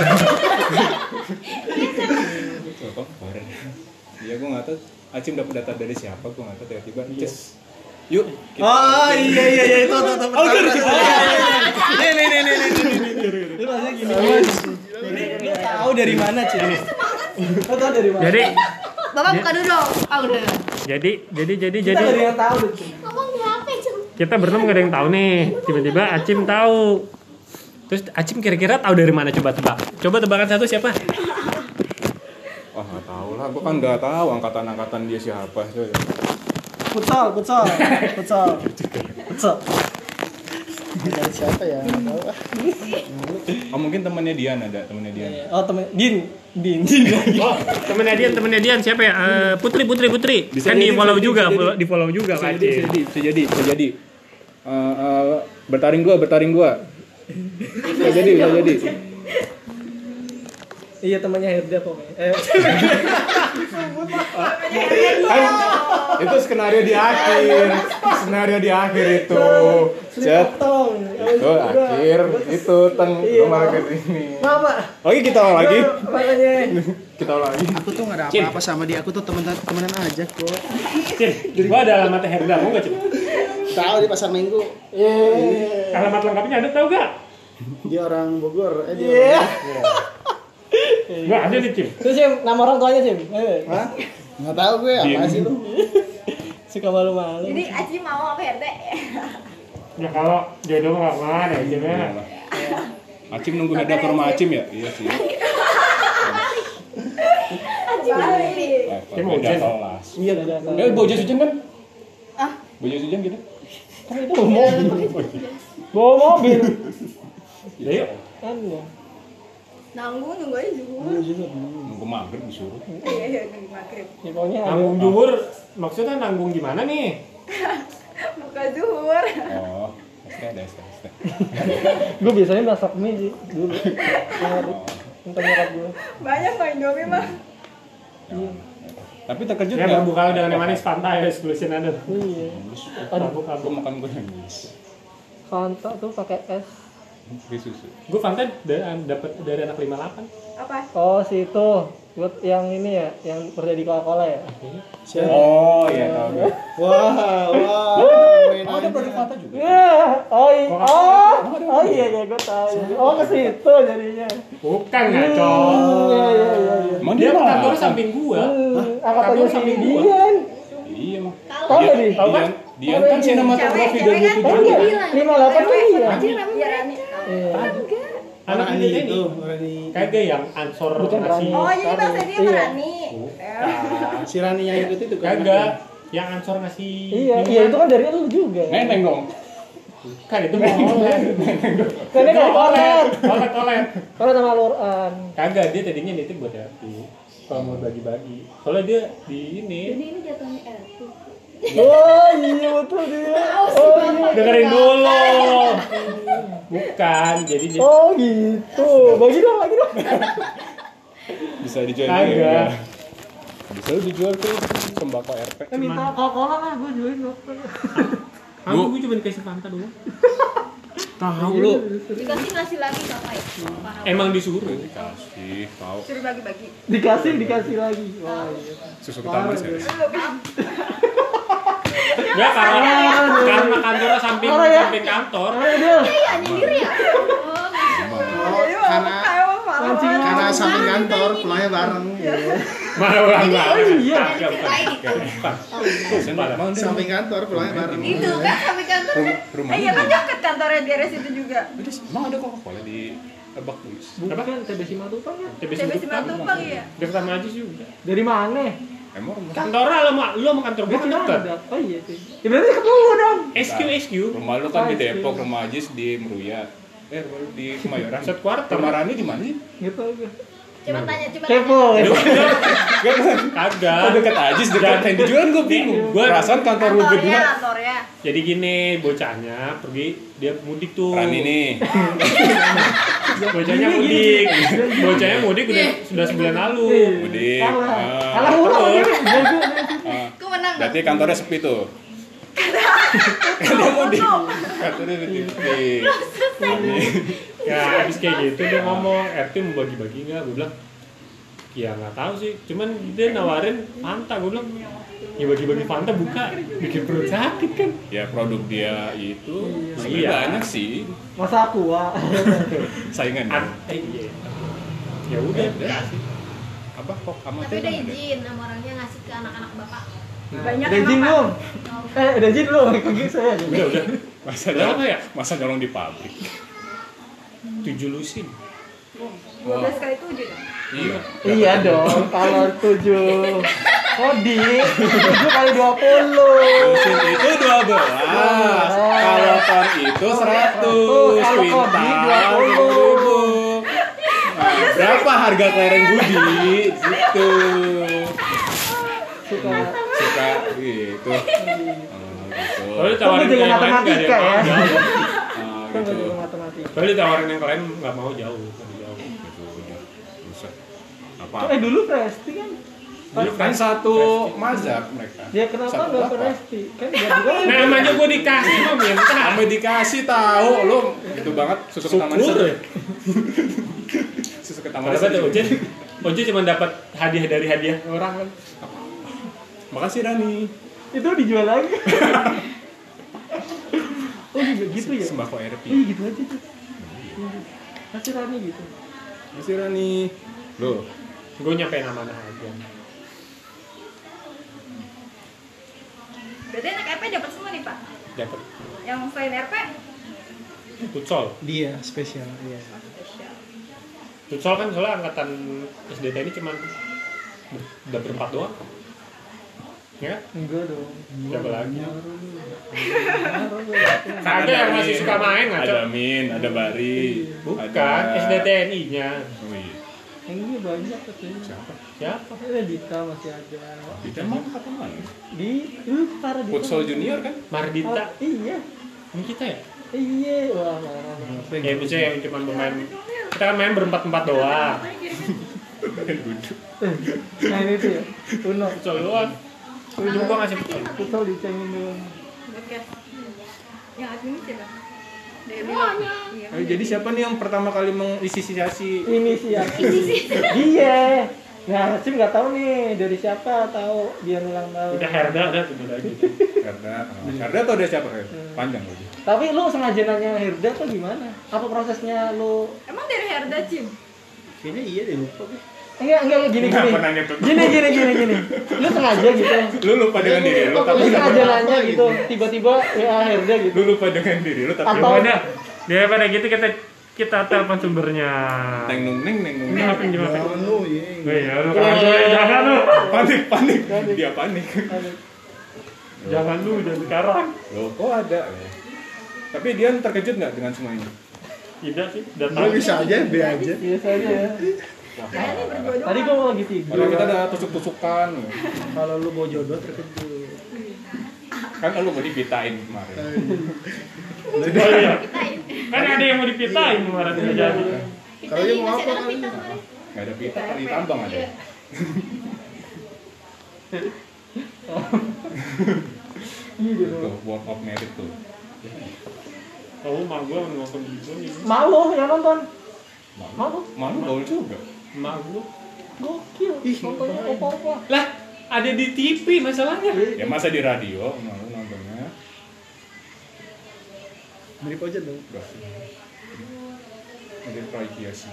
Kok kemarin? Iya gue nggak tahu. Acim dapat data dari siapa? Gue nggak tahu tiba-tiba. Cus, yuk. Kita Oh iya iya iya itu tuh tuh. Oh dari situ. Nih nih nih nih nih. Itu maksudnya gini. Ini tahu dari mana, Cik? Lo tahu dari mana? Jadi, Bapak buka dulu dong. Ah udah. jadi, jadi, jadi, Kita jadi. dari yang tahu tuh, Cik. Ngomong di H P, Cem. Kita berdua nggak ada yang tahu nih. Tiba-tiba Acim tahu. Terus Acim kira-kira tahu dari mana? Coba tebak. Coba tebakan satu siapa? Wah nggak tahu lah. Gue kan nggak tahu angkatan-angkatan dia siapa. Futsal, futsal, futsal, futsal. Dari siapa ya? Nggak tahu ah. Oh mungkin temannya Dian ada temannya Dian. Oh temen, Din, Din, Din lagi. Oh, temennya Dian, temennya Dian siapa ya? Eh, Putri, Putri, Putri. Bisa Kan jadi, di follow bisa juga, jadi. follow- di follow juga Bisa Pak jadi, bisa Acim. jadi, bisa jadi, bisa jadi. Eh, eh, bertaring gua, bertaring gua. Bisa jadi, bisa jadi. Iya temannya Herda pokoknya. Eh, Kan itu skenario di akhir, skenario di akhir itu. Cet, tong. itu akhir itu teng lu malah ke sini. Mama. Oke kita ulang lagi, Makanya. kita ulang lagi. Aku tuh nggak ada apa-apa sama dia. Aku tuh temenan temenan aja kok. Cim, gua ada alamatnya Herda, mau nggak Cim? Tahu di pasar Minggu. Alamat lengkapnya ada tahu nggak? Dia orang Bogor. Eh dia. Iya. Nggak ada nih Cim. Terus Cim, nama orang tuanya Cim. Eh. Hah? Nggak tahu gue apa Din. sih lu? Suka malu-malu. Jadi Aci mau apa R T? Ya kalau jodoh nggak mana ya Acimnya. Acim nunggu Heda ke rumah Acim ya? Iya sih. Aci balik. Dia mau ujian kelas. Iya udah. Eh, bawa jas hujan kan? Ah, Bawa jas hujan gitu? Kan itu bawa mobil. Bawa mobil. Ya yuk. Kan ya. nanggung nunggu aja zuhur. Nunggu maghrib disuruh. Iya iya nunggu maghrib. Ya, pokoknya Nanggung zuhur maksudnya nanggung gimana nih? Buka zuhur. Oh, S T ada S T. gue biasanya masak mie sih dulu. Untuk nyokap gue. Banyak kok Indomie mah. Iya. Tapi terkejut Ya nggak? berbuka dengan yang manis pantai ya tulisin ada. Iya. Aduh, Aku makan gue nangis. Fanta tuh pakai es. Pakai susu. gue Fanta dapat dari anak lima puluh delapan. Apa? Oh si itu buat yang ini ya, yang kerja di Coca-Cola ya. Oh iya tahu gue. Wah, wah. Oh, ada produk Fanta juga. Ya, oh iya, oh, oh iya ya gue tahu. Oh ke situ jadinya. Bukan ngaco. Iya iya iya. iya. Emang Dia dia kantornya makan? samping gua. Hmm, angkatannya Kantor si samping gua. Dian. Iya mah. Tahu nggak di? Tahu kan? Dian kan sinematografi Cewek, dua cewek puluh Oh tujuh. iya, lima delapan tuh iya. Anjir namanya Iya, Rani. Iya. Anak Rani ini itu, ini. Rani. Kagak yang ansor Bukan nasi. Rani. Oh, jadi bangsa dia sama Iya. Rani. Si Rani yang ikut itu kan. Kagak. Yang ansor ngasih. Iya, iya itu kan dari lu juga. Neneng dong. Kan itu mau olet. Karena kan kolet. Olet olet. Kolet sama luran. Kagak, dia tadinya nitip buat Erti. Kalau mau bagi-bagi. Soalnya dia di ini. Jadi ini jatuhnya R T. Oh iya betul dia. Oh iya. Dengerin dulu. Bukan, jadi dia Oh gitu. Bagi dong, bagi dong. Bisa dijual Kagak. ya. Bisa dijual ke sembako R P. Eh minta Coca-Cola lah, gue jualin Coca-Cola. Aku gue cuma dikasih Fanta doang. Tahu lu. Dikasih ngasih lagi kakak ya. Parah. Emang disuruh. Dikasih, tahu. Suruh bagi-bagi. Dikasih, dikasih lagi. Wah iya. Susu ketamas ya. Ya karena karena kantornya samping Parah ya. samping kantor. Ayo dia. Iya, nyindir ya. Oh, Oh, karena Kayak parah. Mancing karena samping kantor pulangnya bareng. Mana ulang Oh iya. Kagak, bukan. Bukan. Emang dia Samping kantor pulangnya bareng. Itu kan sampai kantor kan. rumah Eh, iya kan dekat kantornya di R S itu juga. Emang ada Coca-Cola di Lebak Bulus? Bukan T B Simatupang ya? T B T B Simatupang ya. Dekat sama Ajis juga. Dari mana? Emang rumah Kantornya lo sama lo sama kantor gue Gue kan kenal dekat. ada. Oh iya sih. Ya berarti ketemu dong. S Q S Q. rumah lu kan di Depok, rumah Ajis di Meruya. Eh, rumah lu di Kemayoran. Set quarter. Rumah Rani di mana sih? Gitu gue. coba tanya, coba Kepo. Kagak. Oh, dekat Ajis, dekat yang dijual gue bingung. Gua- Perasaan kantor lu Kantornya, berdua. kantornya. Jadi gini, bocahnya pergi dia mudik tuh. Rani nih. Bocahnya mudik. Bocahnya mudik udah sudah sebulan lalu. Mudik. Kalah. Ah. Kalah mulu. Ah. Aku menang. Berarti kantornya sepi tuh. Kan dia mudik. Kantornya sepi. Ya habis kayak gitu dia ngomong, R T mau bagi-bagi nggak? Gue bilang, ya nggak tahu sih. Cuman dia nawarin Fanta. Gue bilang, ya bagi-bagi Fanta buka, bikin perut sakit kan? Ya produk dia itu sebenarnya Iya. banyak sih Masa aku wah. saingan. An eh, iya. Ya udah, kasih. Apa kok amatir Tapi udah kan ada? izin sama orangnya ngasih ke anak-anak bapak. Banyak Udah izin emang, belum? Oh. Eh udah izin belum? Kayak saya. Udah, udah. Masa Udah nyolong apa ya? Masa nyolong di pabrik? Tujuh lusin. dua belas kali tujuh dong. Iya. Iya dong, kalau tujuh kodi, tujuh kali dua puluh. Lusin itu dua belas. Kalau ton itu seratus. Kalau kodi Kuintal dua puluh. ribu. Nah, berapa harga kelereng Budi? Gitu. Suka. Suka gitu. Oh, gitu. Kalau ditawarin Kamu yang jaga lain nggak ada yang matematika mau ya. jauh. Ah, Kan gitu. gak matematika. Kalau ditawarin yang lain nggak mau jauh, nggak jauh. Gitu udah. Bisa. Apa? Eh dulu Presti kan? Dulu kan satu mazhab mereka. Dia kenapa Satu nggak bapak. Presti? Kan dia juga. Nah, namanya gue dikasih mah minta. Sampai dikasih tahu lu itu banget susu ketaman Syukur seru. ya. Susu ketaman Kalau kata seru. Ojen, Ojen cuma dapat hadiah dari hadiah orang kan. Makasih Rani. Itu dijual lagi. Oh juga gitu ya? Sembako R P. Iya gitu aja tuh. Kasih Rani gitu. Makasih Rani. Loh, Gue nyampe nama aja. dapat Yang selain R P? futsal. Dia spesial, iya. Futsal kan soalnya angkatan S D T ini cuma udah berempat doang. Ya? Enggak dong. Siapa lagi? Ada yang masih suka main nggak? Ada Min, ada Bari. Bukan, ada- S D T N I-nya. Oh iya. Yang ini banyak katanya. Siapa? Siapa? Ada Dita masih ada. Kita emang apa mana? Di uh, para Dita. Futsal junior kan? Mardita. Oh, iya. Ini kita ya? Iya, wah marah. Ya bisa yang cuma pemain. Kita kan main berempat-empat doang. Nah ini tuh ya, Uno. Futsal doang. Lu juga ngasih futsal. Futsal dicengin doang. Podcast. Yang admin siapa? Dewi. Iya. Oh, jadi siapa nih yang pertama kali menginisiasi? Inisiasi. Dia. Nah, Sim nggak tahu nih dari siapa, tahu dia ulang tahun. Udah Herda dah sebut lagi. Herda. Oh, Herda atau dia siapa? Eh, Panjang lagi. Tapi lu sengaja nanya Herda tuh gimana? Apa prosesnya lu? Emang dari Herda, Cim? Kayaknya iya deh lupa gue. Enggak, enggak gini gini. Kenapa nanya ke gua? Gini gini gini gini. Lu sengaja gitu. Lu lupa dengan diri lu, tapi Lu nggak sengaja pernah. nanya gitu, tiba-tiba ya Herda gitu. Lu lupa dengan diri lu, tapi Atau- Gimana? Daripada gitu kita kita telepon sumbernya. neng nung neng neng nung. Ini apa yang gimana? Jangan lu, iya. Oh iya, lu kan jangan lu. Panik panik. Dia panik. Jangan lu dan sekarang. Loh, kok ada? Tapi dia terkejut nggak dengan semua ini? Tidak sih, udah Lu tahu. bisa aja, B aja. Biasa aja ya. Kayaknya berdua doang. Tadi gua mau lagi tidur. Padahal kita udah tusuk-tusukan. Kalau lu mau jodoh terkejut. Kan lu mau dipitain kemarin. Oh iya. Kan ada yang mau dipitain kemarin tidak jadi. Kalau dia mau apa kan? Nggak ada pita, kan ditambang ada. Tuh, word of merit tuh. Oh, mak gua nonton gitu nih. Malu yang nonton. Malu, Malu. malu gaul juga. Mak gua. Gokil. Ih, Nontonnya opa-opa. Lah, ada di T V masalahnya. Ya masa di radio malu nontonnya. Beli aja dong. Enggak sih. Jadi privacy.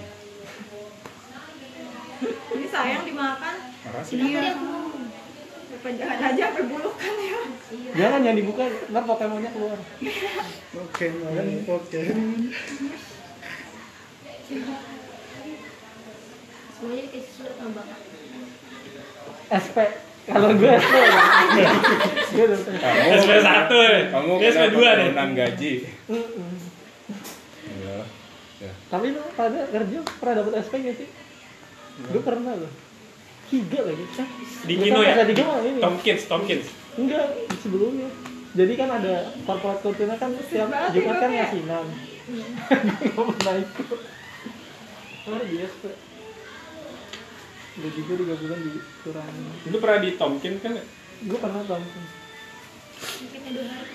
Ini sayang dimakan. Makasih. Iya. aku mau. Apa jangan aja sampai bulukan ya. Jangan yang dibuka, ntar Pokemonnya keluar. Oke, man, oke. Semuanya dikasih surat sama bapak. S P. Kalau gue S P. Gue udah Kamu S P satu ya? Kamu Ini S P dua deh. penurunan gaji. Iya. Ya. Tapi lu pada kerja pernah dapet S P nggak sih? Gue pernah loh. Tiga lagi. Eh, Di bukan Kino ya? S tiga mah ini. Tomkins, Tomkins. Enggak, sebelumnya. Jadi kan ada corporate culture kan setiap Jumat kan ngasinan. Gue pernah ikut. Luar biasa. Udah juga tiga bulan dikurangi. Itu pernah di Tomkins kan? Gue pernah Tom. Mungkin ada dua hari.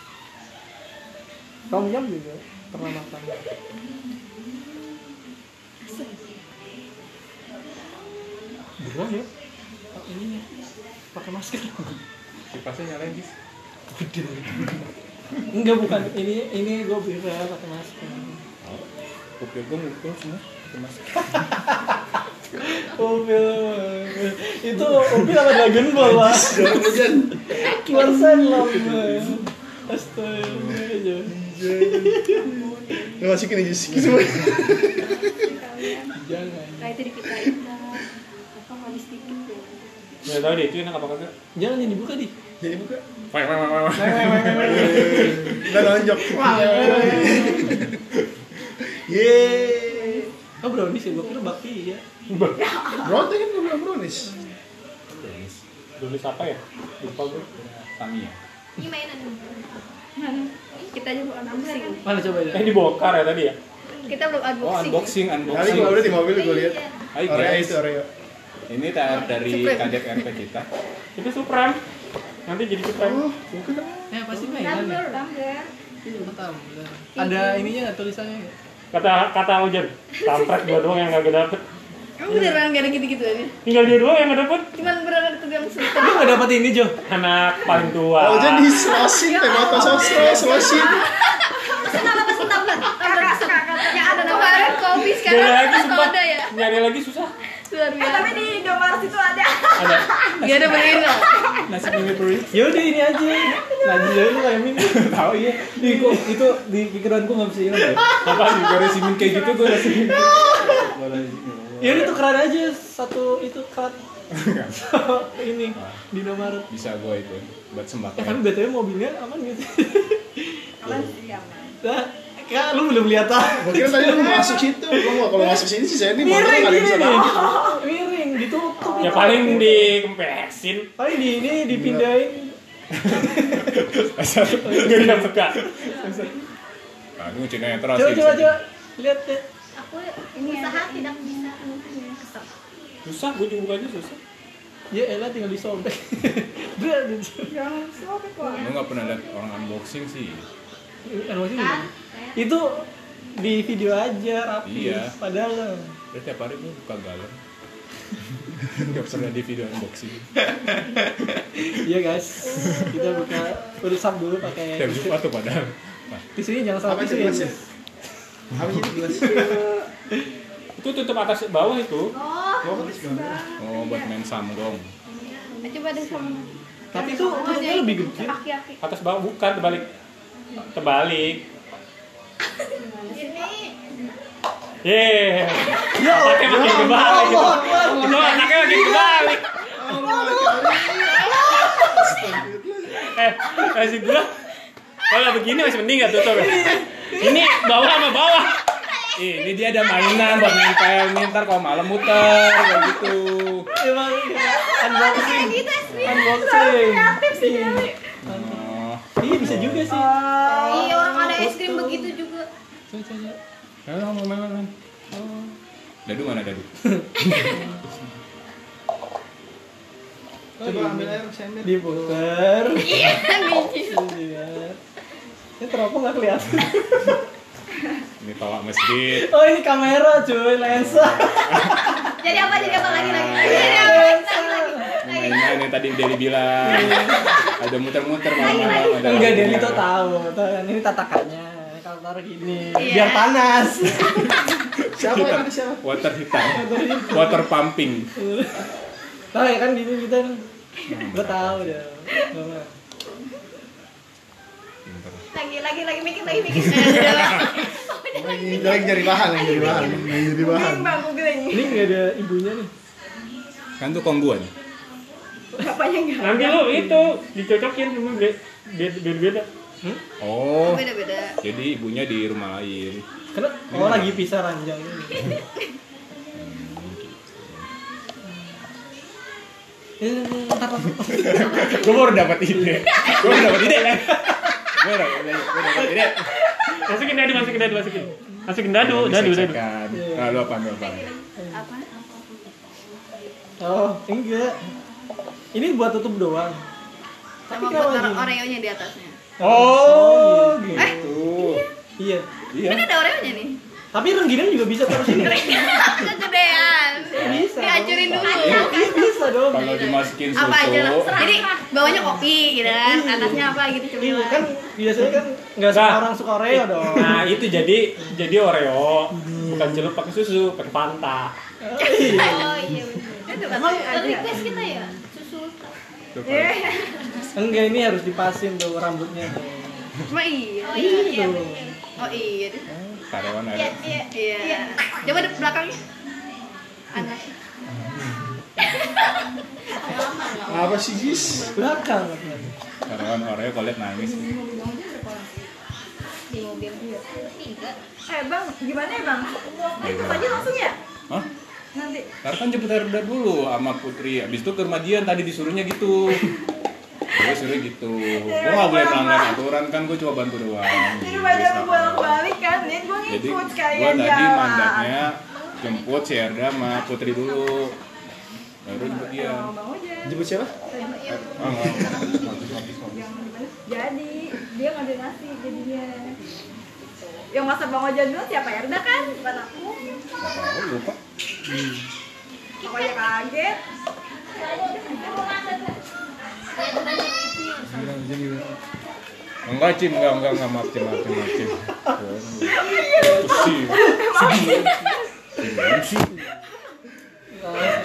Tom Yum juga pernah makan. Beneran ya? Ini pakai masker. Kipasnya nyalain guys. Enggak bukan ini ini gue bisa pakai masker. Kupil gue ngumpul semua. Pakai masker. Upil itu Upil apa Dragon Ball lah. Keluar senlong. Astaga. Lu masukin aja sih semua. Jangan. Nah itu dipitain apa habis dikit ya. Nggak tahu deh itu enak apa kagak. Jangan yang dibuka di. Jadi buka. Wah, wah, wah, wah. Udah lonjok. Yeay. Oh brownies ya, gue kira bakpi ya. Brownies kan gue bilang brownies. Tulis apa ya? Lupa gue. Tamiya. Ini mainan. Kita aja belum unboxing. Mana coba ya? Eh dibongkar ya tadi ya? Kita belum Oh, unboxing. unboxing, Tadi unboxing. gue udah di mobil gue lihat. Hai Oreo guys. itu Oreo. Ini T R dari kadek R P kita. Itu Supreme. Nanti jadi Supreme. Oh, bukan. Ya pasti mainan ya. Tumbler, tumbler. Iya betul. Ada ininya nggak tulisannya nggak? Kata kata Ojan, kampret gua doang yang kagak dapet. Emang beneran gak ada gitu-gitu aja? Tinggal dia doang yang gak dapet. Cuman beneran tukang sulit. Lu nggak dapat ini Jo? Anak paling tua. Oh, jadi selosin teh mata sosro, selosin. Pesan apa pesan tumbler? Kakak, kakak, kakak. Yang ada nama kopi Nyari sekarang lagi atau sumpah. ada ya? Nyari lagi susah. Luar Eh biasa. tapi di Indomaret itu ada. Ada Dia ada beliin nggak? Nasi mie perih. Ya udah ini aja. Najis aja lu kayak mie. Tahu ya. Ih, kok itu di pikiranku enggak bisa hilang ya. Apa digoreng simin kayak gitu gue masih. Ya udah tukeran aja satu itu kerat. Ini di Indomaret. Bisa gue itu buat sembako. Eh, tapi B T W mobilnya aman gitu. Aman sih aman. Nah, Kak, lu belum lihat ah. Gua kira tadi lu mau masuk situ. Gua mau kalau masuk sini sih saya ini motor Miring enggak ada gini bisa nih. banget. Miring ditutup. ya paling dikempesin. Paling di ini dipindahin. Gue tidak suka. Nah, ini sinetron Coba sih. coba coba lihat deh. Aku ini usaha tidak bisa. Kesel. Susah, gue juga bukanya susah. Ya elah tinggal disobek. Berat gitu. Jangan sobek kok. Lu nggak pernah lihat orang unboxing sih. Unboxing gimana? Itu di video aja rapi. Iya. Padahal Dia tiap hari gue buka galon. Gak pernah di video unboxing. iya guys, kita buka urusan dulu pakai Tiap Jumat tuh padahal. Nah, di sini jangan salah Apa tisu itu ya. gelasnya? Apa itu gelas? Itu tutup atas bawah itu. Oh, Oh, gelas banget. oh buat main samgong. coba deh sama. Tapi itu tutupnya lebih gede. Aki-aki. Atas bawah bukan terbalik. Terbalik. Ini Yeay. Ya Pakai makin kebalik gitu. Itu anaknya makin kebalik. Eh, kasih gua. Kalau begini masih mending gak tutup. Ini bawah sama bawah. Ini dia ada mainan buat nempel nih, ntar kalau malam muter kayak gitu. Emang unboxing. gitu sih. Unboxing. Kreatif sih Iya. Dewi. Oh, Iya bisa juga sih. Iya, orang ada es krim begitu juga. Coba coba. ayo mau main main. Oh. Dadu mana dadu? Coba ambil air saya ambil. Diputer. Iya, biji. Lihat. Ini teropong nggak kelihatan. Ini pawak masjid. Oh ini kamera cuy, lensa. Jadi apa jadi apa lagi lagi? Jadi apa lagi? Ini mainan yang tadi Deli bilang. Ada muter-muter malam-malam. Ada Enggak, lampunya. Deli tuh tahu. Tahu kan ini tatakannya. Kalau taruh gini, Iya. biar panas. Siapa itu siapa? Water heater. Water pumping. Tahu ya kan gini kita. Gue tahu deh. Lagi lagi lagi mikir lagi mikir. Lagi lagi nyari bahan, lagi nyari bahan, lagi nyari bahan. Googling bang, googling. Ini nggak ada ibunya nih. Kan tuh kongguan. Bapaknya enggak. Nanti lu itu dicocokin cuma be- be- beda-beda. Oh. Beda-beda. Jadi ibunya di rumah lain. Karena oh lagi pisah ranjang ini. Gue baru dapat ide. Gue baru dapat ide kan. Gue dapat ide. Gue dapat ide. Masukin dadu, masukin dadu, masukin. Masukin dadu, dadu, dadu. Nah, lu apa, lu apa? Apa? Oh enggak. Ini buat tutup doang. Sama Tapi kalau butter gini- Oreo-nya di atasnya. Oh, gitu. Eh? Iya. Iya. Kan ada Oreo-nya nih. Tapi rengginang juga bisa taruh sini. Kegedean. Bisa. Dihancurin dulu. Iya bisa dong. Kalau dimasukin susu. Apa aja lah. Jadi bawahnya kopi gitu kan. Atasnya apa gitu Iya cemilan. kan biasanya kan nggak semua Nah. orang suka Oreo dong. Nah, itu jadi jadi Oreo, bukan celup pakai susu, pakai Fanta. Oh iya benar. Itu kan Emang request kita ya. Susu. Enggak, ini harus dipasin tuh rambutnya tuh. Cuma iya. Oh Iya iya. tuh. Oh iya. Karyawan Iya, ada. iya, iya. Coba di belakangnya. Anak. Apa sih, Gis? Belakang. Karyawan Oreo kalau lihat nangis. Di mobil. Tiga. Eh bang, gimana ya bang? Ikut aja langsung ya? Hah? Nanti. Karena kan jemput Herda dulu sama Putri. Abis itu ke rumah Dian tadi disuruhnya gitu. Gue suruh gitu. Gue gak boleh melanggar aturan kan, gue cuma bantu doang. Jadi banyak lu bolak-balik kan, dia gue Jadi ngikut gue sekalian tadi jalan. mandatnya jemput si Herda sama Putri dulu. Baru jemput dia. Oh, Bang Ojan. Jemput siapa? Oh, enggak. Yang gimana? Jadi dia ngambil nasi jadinya. Yang masak Bang Ojan dulu siapa? Erda kan? Bukan aku. Oh, lupa. Aku aja kaget. Enggak, Cim, enggak, enggak, enggak, maaf, Cim, maaf, Cim, maaf, Cim. Pusing. Pusing.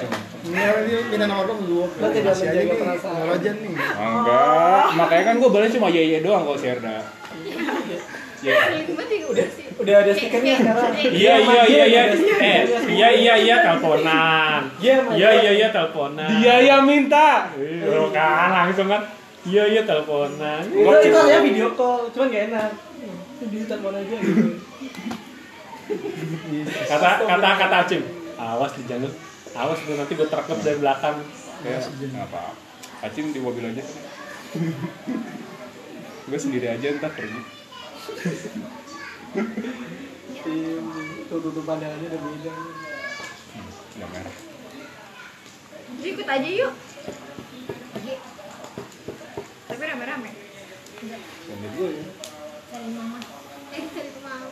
dia minta nomor lo gue. Lo tidak menjaga perasaan. Rojan nih. Enggak, makanya kan gue balas cuma iya iya doang kalau Sherda. Ya. Udah udah ada stikernya sekarang. Iya iya iya iya. Eh, iya iya iya teleponan. Iya iya iya teleponan. Dia yang minta. Iya kan langsung kan. Iya iya teleponan. Itu itu ya video call, cuman gak enak. Di telepon aja gitu. Kata kata kata Acim. Awas di jangan. Awas itu nanti gue terekep dari belakang. Ya, apa? Acim di mobil aja. Gue sendiri aja ntar pergi. Tutup pandangannya udah beda. Udah merah. Jadi ikut aja yuk. Tapi rame-rame. Lanjut gue ya. Dari mama. Eh, dari mama.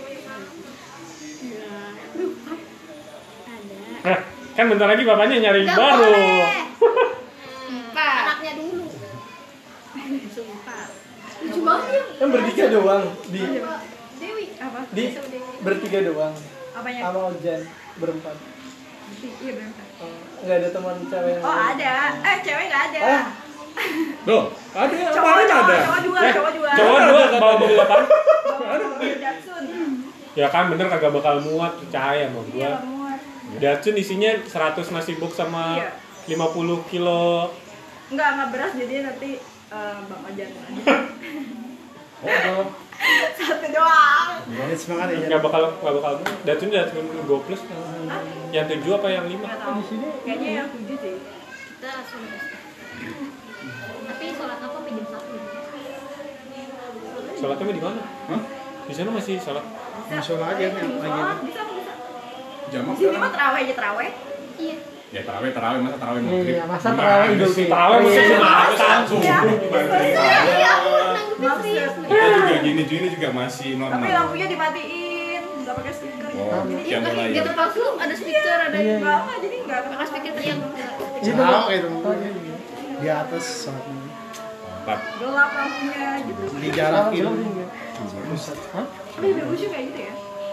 Ada. Eh, kan bentar lagi bapaknya nyari Nggak baru. boleh. Sumpah. Anaknya dulu. Sumpah. Lucu banget ya. Kan bertiga doang di Dewi. Apa? di bertiga doang. Apanya? Sama Ojan berempat. Iya berapa? Oh, nggak ada teman cewek yang Oh lain. ada. Eh cewek nggak ada. Ah. Loh, ada Cowok kemarin cowok ada. cowok dua Eh, cowok dua. Cowok dua bawa mobil apa? Bawa mobil Datsun. Ya kan bener kagak bakal muat, percaya sama Iya gua. nggak muat. Datsun isinya seratus nasi box sama Iya. lima puluh kilo. Enggak nggak beras jadi nanti eh, Bang Ojan aja. Oh, Satu doang. banget semangat ya. Nggak bakal nggak bakal muat. Datsun Datsun Go Plus. Yang tujuh apa yang lima? Nggak tahu. Kayaknya yang tujuh sih. Kita sholat isya. Tapi sholat apa pinjam satu? Sholatnya di mana? Hah? Di sana masih sholat. Masuk aja nih lagi. Sholat bisa bisa. Jamak Di sini mah terawih aja terawih. Iya. Ya tarawih tarawih masa tarawih maghrib. Iya, masa terawih Idul Fitri. Tarawih masih makan. Ya. Iya, aku nanggepin serius. Kita juga gini gini juga masih Tapi normal. lampunya dimatiin, nggak pakai speaker. Oh, Jadi yang Di mulai. di tempat lu ada speaker, ada Iya, nggak nggak, jadi nggak pakai speaker yang Tahu itu. Di atas sholatnya. Mantap. gelap lampunya gitu. Dijarakin. Hah? Tapi udah lucu kayak gitu ya.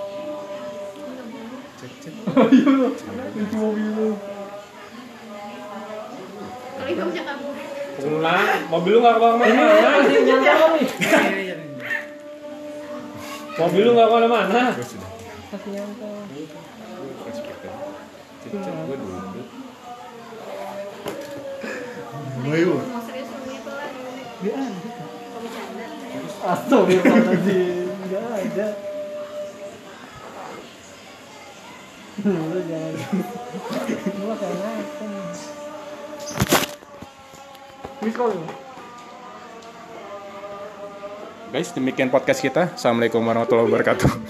Lucu mobil lu. kalau itu bisa kabur. Pulang, mobil lu nggak kemana-mana. Masih nyala nih. Mobil lu nggak kemana-mana. Gue sudah. Masih nyala. Cicak gue dulu. Ayo. Mau serius ngomongin itu lagi. Dia ada. Mau bercanda. Astagfirullahaladzim. Nggak ada. Lu jangan. Lu kayak apa? Miss call. Guys, demikian podcast kita. Assalamualaikum warahmatullahi wabarakatuh.